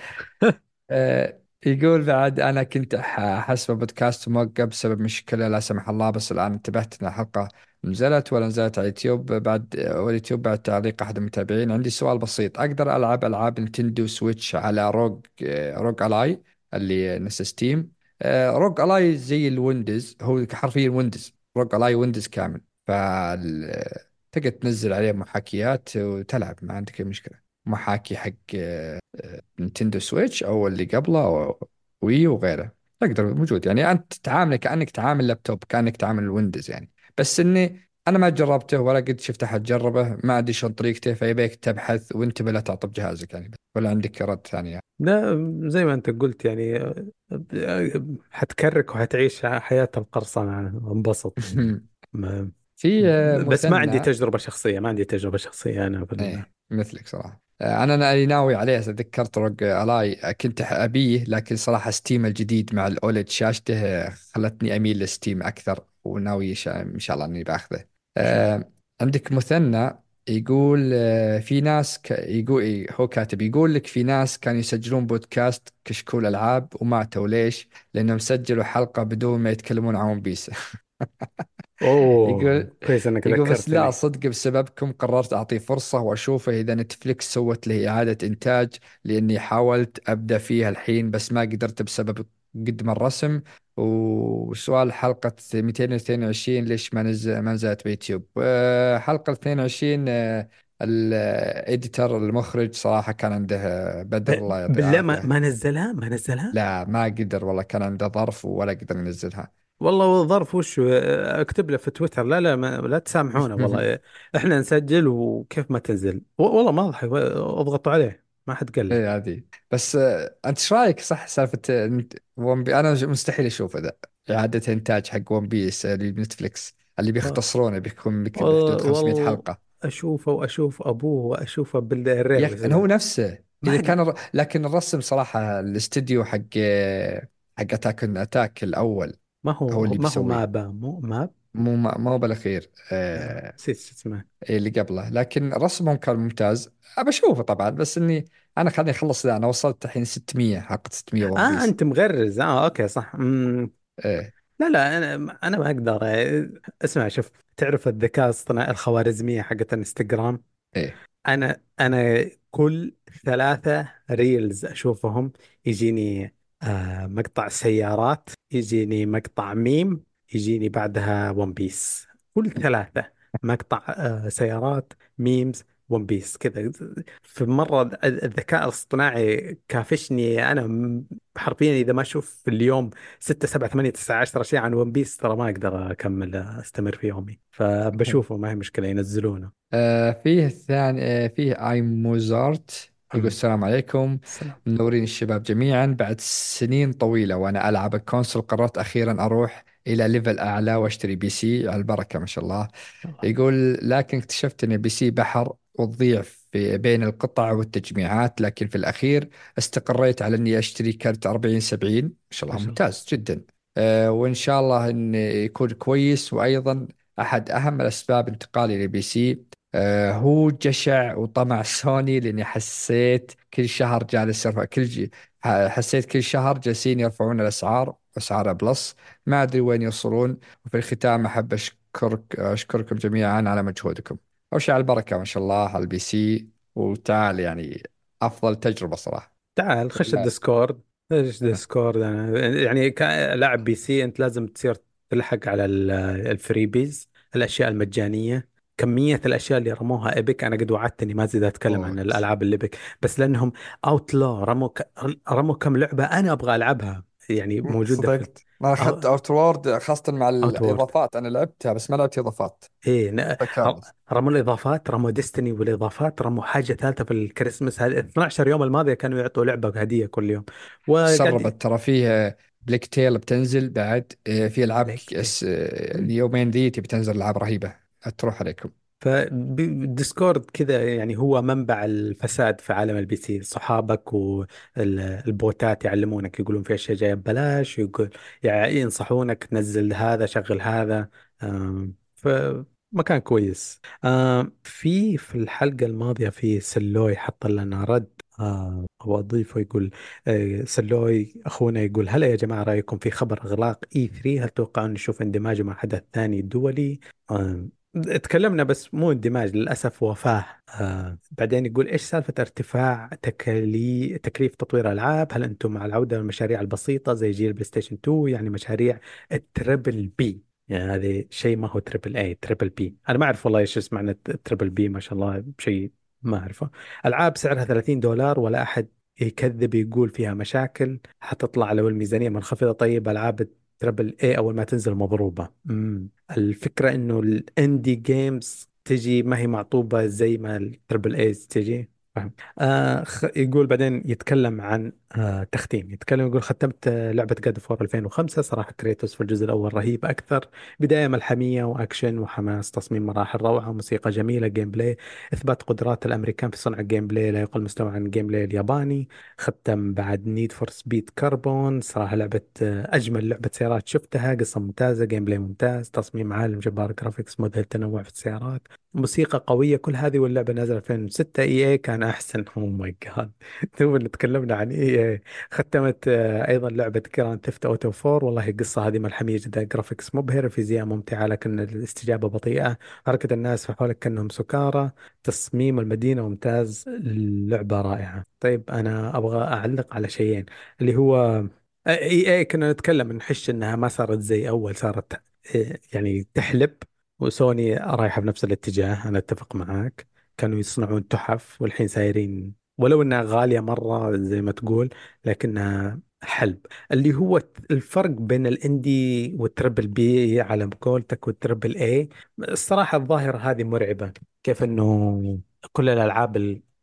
يقول بعد أنا كنت أحسب بودكاست موقف بسبب مشكلة لا سمح الله، بس الآن انتبهت أن الحلقة نزلت ولا نزلت على اليوتيوب بعد، واليوتيوب بعد تعليق أحد المتابعين. عندي سؤال بسيط، أقدر ألعب ألعاب نينتندو سويتش على روج ألاي اللي نفس ستيم؟ روج ألاي زي الويندوز، هو حرفيا ويندوز، روج ألاي ويندوز كامل، تقدر تنزل عليه محاكيات وتلعب، ما عندك أي مشكلة. محاكي حق نينتندو سويتش او اللي قبله او وي وغيره، تقدر موجود. يعني انت تعامله كانك تعامل لابتوب، كانك تعامل الويندوز يعني. بس اني انا ما جربته ولا قد شفت احد جربه، ما ادري شلون طريقته، فيبيك تبحث وانتبه لا تعطب جهازك يعني. ولا عندك رد ثاني يعني؟ لا، زي ما انت قلت يعني حتكرك وحتعيش حياة القرصنة، انبسط. ما في بس ما عندي مثنى. تجربة شخصية، ما عندي تجربة شخصية أنا ايه مثلك صراحة. انا اللي ناوي عليه، تذكرت روج الاي كنت ابيه، لكن صراحة ستيم الجديد مع الاولد شاشته خلتني اميل لستيم اكثر، وناوي ان شاء الله اني باخذه. شوف. عندك مثنى يقول في ناس يقول هو كاتب يقول لك في ناس كانوا يسجلون بودكاست كشكول العاب وماتوا، ليش؟ لانهم سجلوا حلقة بدون ما يتكلمون عن ون بيس. يقول أوه كويس أنك يقول بس لا ذكرتني. صدق بسببكم قررت أعطيه فرصة وأشوفه إذا نتفليكس سوت له إعادة إنتاج، لأني حاولت أبدأ فيها الحين بس ما قدرت بسبب قدم الرسم. وسؤال حلقة 222 ليش ما نزلت بيوتيوب؟ حلقة 22 الإديتر المخرج صراحة كان عنده بدر الله يعطيه بالله ما العافية. ما نزلها، ما نزلها. لا ما قدر والله، كان عنده ظرف ولا قدر ينزلها. والله ظرف وش، اكتب له في تويتر. لا لا، ما لا تسامحونا والله. احنا نسجل وكيف ما تنزل، والله ما اضحك، اضغطوا عليه ما حد قال له. ايه هذه. بس انت ايش رايك صح سالفه انا مستحيل اشوف ذا اعاده انتاج حق ون بيس اللي بنتفليكس، اللي بيختصرونه بيكون بحدود 500 والله حلقه. اشوفه واشوف ابوه واشوفه بالرير يا اخي انا هو نفسه ما اذا أد... كان لكن الرسم صراحه الاستديو حق اتاك الاول هو اللي ما هو بيسويه، مابا، مو ماب. مو بالاخير نسيت شو اسمه. اللي قبله، لكن رسمهم كان ممتاز. ابى اشوفه طبعا، بس اني انا خليني اخلص ذا، انا وصلت الحين 600 حلقه 600 ون بيس. انت مغرز، اوكي صح. ايه لا لا، انا ما اقدر. اسمع شوف، تعرف الذكاء الاصطناعي الخوارزمية حقت الانستغرام؟ ايه انا كل 3 ريلز اشوفهم يجيني مقطع سيارات، يجيني مقطع ميم، يجيني بعدها ون بيس. كل 3 مقطع سيارات، ميمز، ون بيس كذا. في مرة الذكاء الاصطناعي كافشني انا حرفيا اذا ما اشوف في اليوم 6 7 8 9 10 اشياء عن ون بيس، ترى ما اقدر اكمل استمر في يومي. فبشوفه ما هي مشكلة ينزلونه. فيه الثاني فيه اي موزارت يقول أمم. السلام عليكم، السلام. منورين الشباب جميعا. بعد سنين طويلة وانا العب الكونسول قررت اخيرا اروح الى ليفل اعلى واشتري بي سي، على البركة ما شاء الله. يقول لكن اكتشفت ان البي سي بحر وتضيع في بين القطع والتجميعات، لكن في الاخير استقريت على اني اشتري كرت 4070 ما شاء ما الله شاء الله. ممتاز جدا. وان شاء الله انه يكون كويس. وايضا احد اهم الاسباب انتقالي للبي سي هو جشع وطمع سوني، لاني حسيت كل شهر جالس يرفع حسيت كل شهر جالسين يرفعون الاسعار، اسعار بلس. ما ادري وين يوصلون. وفي الختام احب اشكركم جميعا على مجهودكم. اول شيء على البركه ما شاء الله على البي سي. وتعال يعني افضل تجربه صراحه. تعال خش لا. الديسكورد. خش ديسكورد. أنا يعني كلاعب بي سي أنت لازم تصير تلحق على الفريبيز، الأشياء المجانية. كمية الأشياء اللي رموها إيبك، أنا قد وعدتني ما زيد أتكلم عن اوت. الألعاب اللي إيبك، بس لأنهم أوتلا رموا كم لعبة أنا أبغى ألعبها يعني موجودة في صدقت، ما اخذت اوت وورد خاصه مع أوتورد. الاضافات. انا لعبتها بس ما لعبت اضافات. ايه ذكرت. رموا الاضافات، رموا ديستني والاضافات، رموا حاجه ثالثه في الكريسماس هذه 12 يوم الماضيه كانوا يعطوا لعبه هديه كل يوم. وقاعد سربت ترى فيه بليك تيل بتنزل بعد. في العاب بلاك تيل. اليومين ذي تبي تنزل العاب رهيبه. تروح عليكم. فالديسكورد كذا يعني هو منبع الفساد في عالم البي سي. صحابك والبوتات يعلمونك، يقولون في اشياء جايه ببلاش، يقول يعني ينصحونك تنزل هذا شغل هذا. فمكان كويس. في الحلقة الماضية في سلوي حط لنا رد، أو أضيفه يقول سلوي أخونا يقول: هلا يا جماعة، رأيكم في خبر إغلاق إي 3؟ هل تتوقعون نشوف اندماجه مع حدث ثاني دولي؟ تكلمنا بس مو اندماج للأسف، وفاة. بعدين يقول: إيش سالفة ارتفاع تكليف تطوير ألعاب؟ هل أنتم مع العودة للمشاريع البسيطة زي جيل بلاي ستيشن 2، يعني مشاريع التربل بي؟ يعني هذا شيء ما هو تربل اي، تربل بي. انا ما اعرف والله ايش معنى تربل بي، ما شاء الله شيء ما اعرفه. العاب سعرها $30 ولا احد يكذب يقول فيها مشاكل حتطلع لو الميزانية منخفضة. طيب العاب تربل اي اول ما تنزل مضروبة. الفكرة انه الاندي جيمز تجي ما هي معطوبة زي ما التربل ايز تجي. فاهم؟ يقول بعدين يتكلم عن تختيم، يتكلم يقول: ختمت لعبة جاد فور 2005. صراحة كريتوس في الجزء الأول رهيب أكثر، بداية ملحمية وأكشن وحماس، تصميم مراحل روعة، موسيقى جميلة، جيم بلاي، إثبات قدرات الأمريكان في صنع الجيم بلاي لا يقل مستوى عن الجيم بلاي الياباني. ختم بعد نيد فور سبيد كربون، صراحة لعبة أجمل لعبة سيارات شفتها، قصة ممتازة، جيم بلاي ممتاز، تصميم عالم جبار، جرافيكس مذهل، تنوع في السيارات، موسيقى قوية. كل هذه واللعبة نازلة 2006. اي اي كان احسن. او ماي جاد. تو اللي تكلمنا عن اي اي. ختمت ايضا لعبة جراند ثيفت اوتو 4، والله القصة هذه ملحمية جدا، جرافيكس مبهر، فيزياء ممتعة لكن الاستجابة بطيئة، حركة الناس في حولك كأنهم سكارى، تصميم المدينة ممتاز، اللعبة رائعة. طيب انا ابغى اعلق على شيئين، اللي هو اي اي كنا نتكلم نحس انها ما صارت زي اول، صارت يعني تحلب. وسوني رايحة بنفس الاتجاه، أنا أتفق معاك. كانوا يصنعون تحف والحين سايرين، ولو أنها غالية مرة زي ما تقول، لكنها حلب. اللي هو الفرق بين الاندي والتربل بي على قولتك والتربل اي، الصراحة الظاهرة هذه مرعبة. كيف أنه كل الألعاب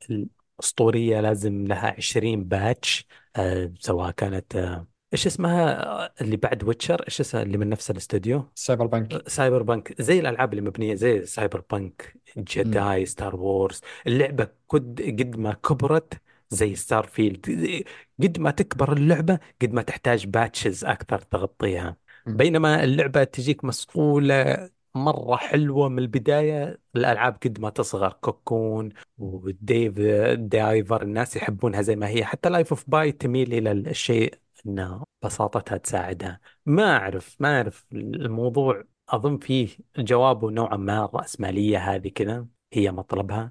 الأسطورية لازم لها 20 باتش. سواء كانت ايش اسمها اللي بعد ويتشر، ايش اسمها اللي من نفس الاستوديو؟ سايبر بانك. سايبر بانك. زي الالعاب اللي مبنيه زي سايبر بانك، مم. جداي، ستار وورز. اللعبه قد ما كبرت زي ستار فيلد، قد ما تكبر اللعبه قد ما تحتاج باتشز اكثر تغطيها. مم. بينما اللعبه تجيك مصقوله مره حلوه من البدايه، الالعاب قد ما تصغر، كوكون وديف دايفر الناس يحبونها زي ما هي. حتى لايف اوف باي تميل الى الشيء ان بساطتها تساعدها. ما أعرف الموضوع. أظن فيه جوابه نوعا ما الرأسمالية هذه كذا هي مطلبها.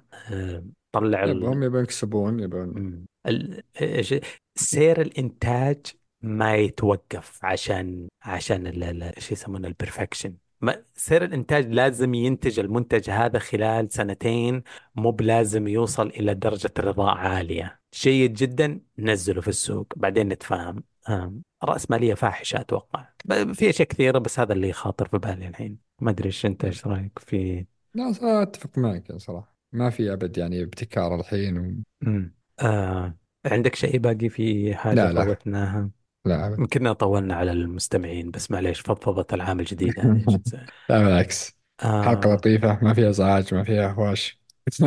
طلع يبون يكسبون يبون. سير الإنتاج ما يتوقف عشان شو يسمونه البرفكشن. سير الإنتاج لازم ينتج المنتج هذا خلال سنتين، مو بلازم يوصل إلى درجة رضاء عالية. جيد جدا نزله في السوق بعدين نتفاهم. رأسمالية فاحشة أتوقع. في أشياء كثيرة بس هذا اللي خاطر في بالي الحين. ما أدري إيش أنت، إيش رأيك في؟ لا صراحة أتفق معك صراحة. ما في أبد يعني ابتكار الحين مم. عندك شيء باقي في حاجة لا لا. فوتناها؟ لا أبد. يمكننا طولنا على المستمعين بس معليش، فضفضة العام الجديد هذه إيش تسوي؟ لا بالعكس. حلقة آه. لطيفة ما فيها إزعاج ما فيها هواش.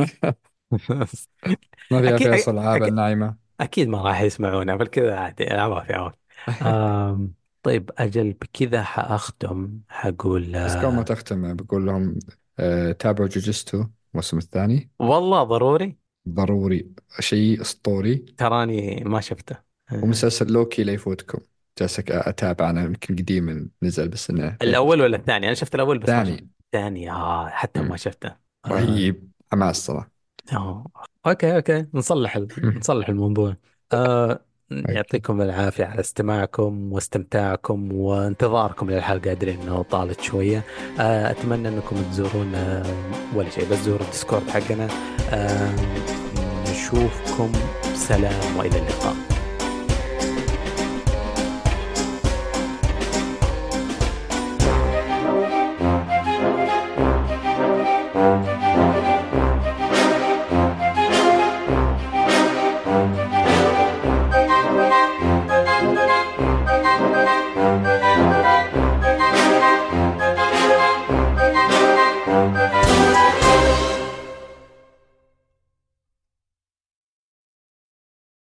ما فيها أكيد فيصل عابة أكيد النايمة. أكيد ما راح يسمعونا بالكذا عادي، عوافي عوافي. طيب أجل بكذا حأختم، حقول بس قبل ما تختم بقول لهم تابعوا جوجستو. الموسم الثاني والله ضروري. ضروري، شيء أسطوري. تراني ما شفته. آه، ومسلسل لوكي لا يفوتكم، جالس أتابع أنا، يمكن قديم نزل بس إنه لا الاول يفوتكم. ولا الثاني؟ انا شفت الاول بس ما شفت ثاني. الثاني. حتى ما مم. شفته. آه. رهيب، حماس صراحة. آه. اوكي اوكي، نصلح الموضوع. آه. أوكي. يعطيكم العافية على استماعكم واستمتاعكم وانتظاركم للحلقة. أدري أنه طالت شوية. أتمنى أنكم تزورون، ولا شيء بس زوروا الديسكورد حقنا. نشوفكم. سلام وإلى اللقاء.